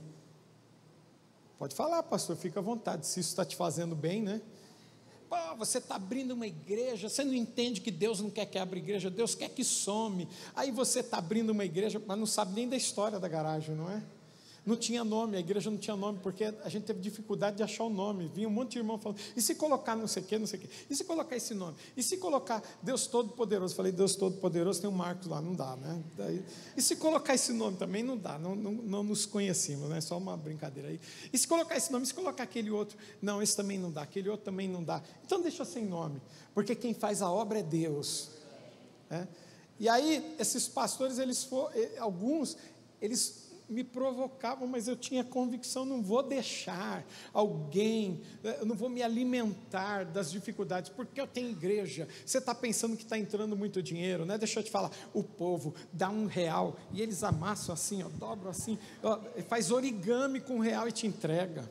pode falar, pastor, fica à vontade, se isso está te fazendo bem, né? Pô, você está abrindo uma igreja, você não entende que Deus não quer que abra igreja, Deus quer que some. Aí você está abrindo uma igreja, mas não sabe nem da história da garagem, não é? Não tinha nome, a igreja não tinha nome, porque a gente teve dificuldade de achar o nome. Vinha um monte de irmão falando, e se colocar não sei o que, não sei o que, e se colocar esse nome, e se colocar Deus Todo-Poderoso? Falei, Deus Todo-Poderoso, tem um Marcos lá, não dá, né? Daí, e se colocar esse nome também, não dá, não, não, não nos conhecemos, né? Só uma brincadeira aí. E se colocar esse nome, e se colocar aquele outro? Não, esse também não dá, aquele outro também não dá. Então deixa sem nome, porque quem faz a obra é Deus, né? E aí, esses pastores, eles foram, alguns, eles me provocavam, mas eu tinha convicção, não vou deixar alguém, eu não vou me alimentar das dificuldades, porque eu tenho igreja. Você está pensando que está entrando muito dinheiro, né? Deixa eu te falar, o povo dá um real, e eles amassam assim, ó, dobram assim, ó, faz origami com um real e te entrega.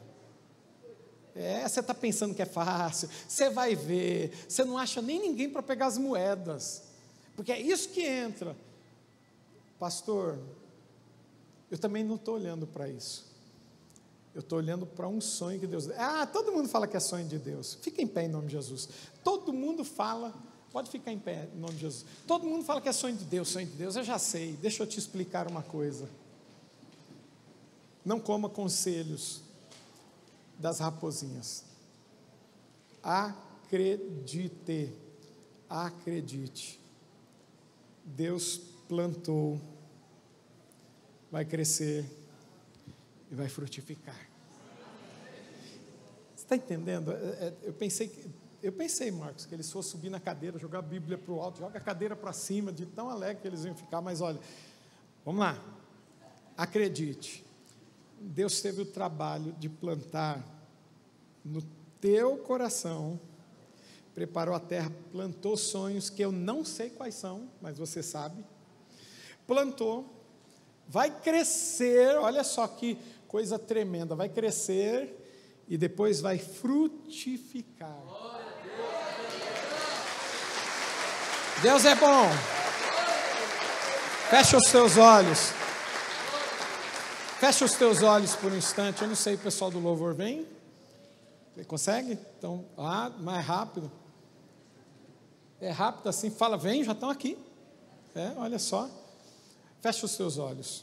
É, você está pensando que é fácil, você vai ver, você não acha nem ninguém para pegar as moedas, porque é isso que entra. Pastor, eu também não estou olhando para isso. Eu estou olhando para um sonho que Deus... Ah, todo mundo fala que é sonho de Deus. Fica em pé em nome de Jesus. Todo mundo fala... Pode ficar em pé em nome de Jesus. Todo mundo fala que é sonho de Deus, sonho de Deus. Eu já sei. Deixa eu te explicar uma coisa. Não coma conselhos das raposinhas. Acredite. Acredite. Deus plantou, vai crescer e vai frutificar. Você está entendendo? Eu pensei, eu pensei, Marcos, que eles fossem subir na cadeira, jogar a Bíblia para o alto, joga a cadeira para cima, de tão alegre que eles iam ficar, mas olha, vamos lá, acredite, Deus teve o trabalho de plantar no teu coração, preparou a terra, plantou sonhos que eu não sei quais são, mas você sabe, plantou, vai crescer, olha só que coisa tremenda, vai crescer e depois vai frutificar. Deus é bom. Fecha os teus olhos. Fecha os teus olhos por um instante. Eu não sei, o pessoal do louvor vem? Consegue? Então, ah, mais rápido. É rápido assim, fala, vem, já estão aqui. É, olha só. Fecha os seus olhos.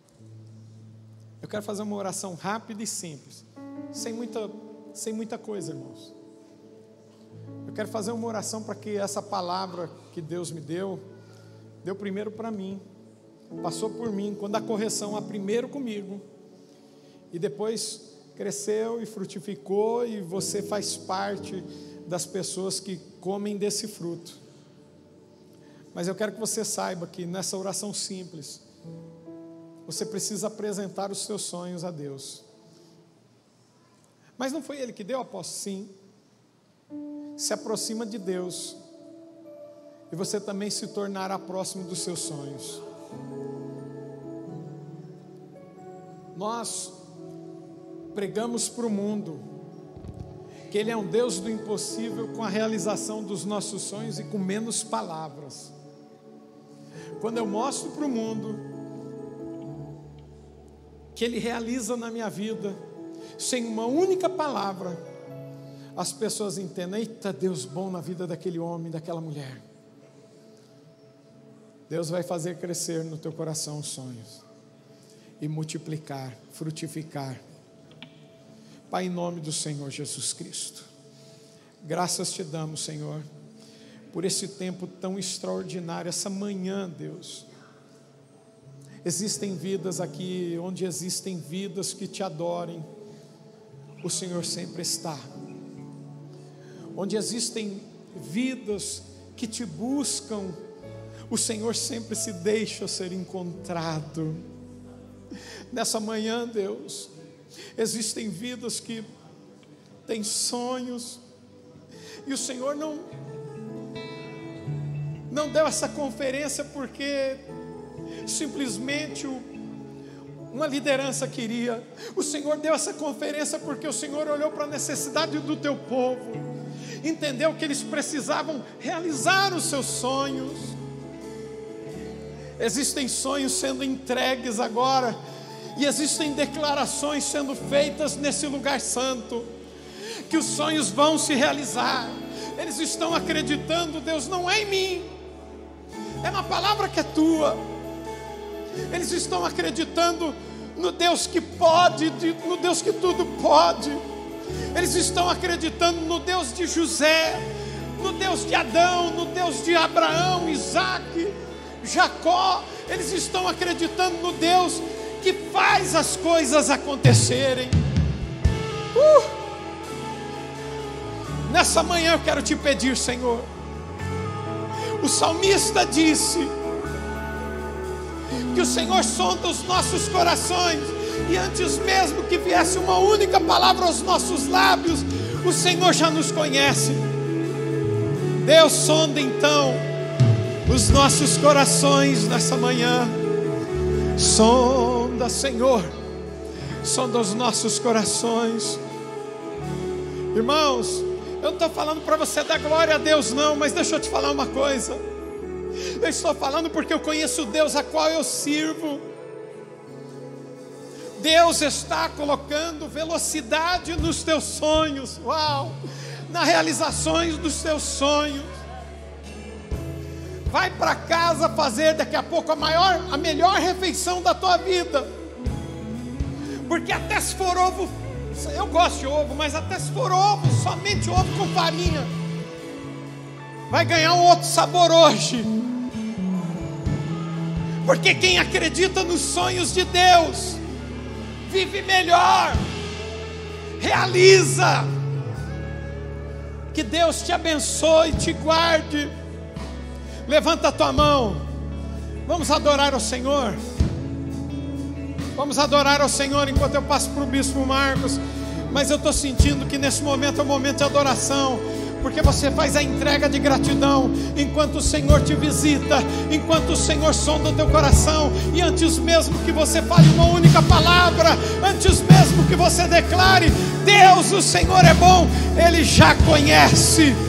Eu quero fazer uma oração rápida e simples, sem muita, sem muita coisa, irmãos. Eu quero fazer uma oração para que essa palavra que Deus me deu, deu primeiro para mim, passou por mim, quando a correção, a primeiro comigo, e depois cresceu e frutificou, e você faz parte das pessoas que comem desse fruto. Mas eu quero que você saiba que nessa oração simples, você precisa apresentar os seus sonhos a Deus. Mas não foi Ele que deu, apóstolo? Sim. Se aproxima de Deus, e você também se tornará próximo dos seus sonhos. Nós pregamos para o mundo que Ele é um Deus do impossível, com a realização dos nossos sonhos e com menos palavras. quando eu mostro para o mundo que Ele realiza na minha vida, sem uma única palavra, as pessoas entendem: eita, Deus bom na vida daquele homem, daquela mulher. Deus vai fazer crescer no teu coração os sonhos e multiplicar, frutificar. Pai, em nome do Senhor Jesus Cristo, graças te damos, Senhor, por esse tempo tão extraordinário, essa manhã, Deus. Existem vidas aqui, onde existem vidas que te adorem, o Senhor sempre está. Onde existem vidas que te buscam, o Senhor sempre se deixa ser encontrado. Nessa manhã, Deus, existem vidas que têm sonhos, e o Senhor não, não deu essa conferência porque simplesmente o, uma liderança queria. O Senhor deu essa conferência porque o Senhor olhou para a necessidade do teu povo, entendeu que eles precisavam realizar os seus sonhos. Existem sonhos sendo entregues agora, e existem declarações sendo feitas nesse lugar santo, que os sonhos vão se realizar. Eles estão acreditando, Deus, não é em mim, é na palavra que é tua. Eles estão acreditando no Deus que pode, no Deus que tudo pode. Eles estão acreditando no Deus de José, no Deus de Adão, no Deus de Abraão, Isaque, Jacó. Eles estão acreditando no Deus que faz as coisas acontecerem. uh! Nessa manhã eu quero te pedir, Senhor, o salmista disse que o Senhor sonda os nossos corações, e antes mesmo que viesse uma única palavra aos nossos lábios, o Senhor já nos conhece. Deus, sonda então os nossos corações nessa manhã. Sonda, Senhor, sonda os nossos corações. Irmãos, eu não estou falando para você dar glória a Deus não, mas deixa eu te falar uma coisa. Eu estou falando porque eu conheço o Deus a qual eu sirvo. Deus está colocando velocidade nos teus sonhos. Uau! Nas realizações dos teus sonhos. Vai para casa fazer daqui a pouco a maior, a melhor refeição da tua vida. Porque até se for ovo, eu gosto de ovo, mas até se for ovo, somente ovo com farinha, vai ganhar um outro sabor hoje. Porque quem acredita nos sonhos de Deus vive melhor, realiza. Que Deus te abençoe e te guarde. Levanta a tua mão, vamos adorar ao Senhor. Vamos adorar ao Senhor enquanto eu passo para o Bispo Marcos. Mas eu estou sentindo que nesse momento é um momento de adoração, porque você faz a entrega de gratidão enquanto o Senhor te visita, enquanto o Senhor sonda o teu coração. E antes mesmo que você fale uma única palavra, antes mesmo que você declare: Deus, o Senhor é bom, Ele já conhece.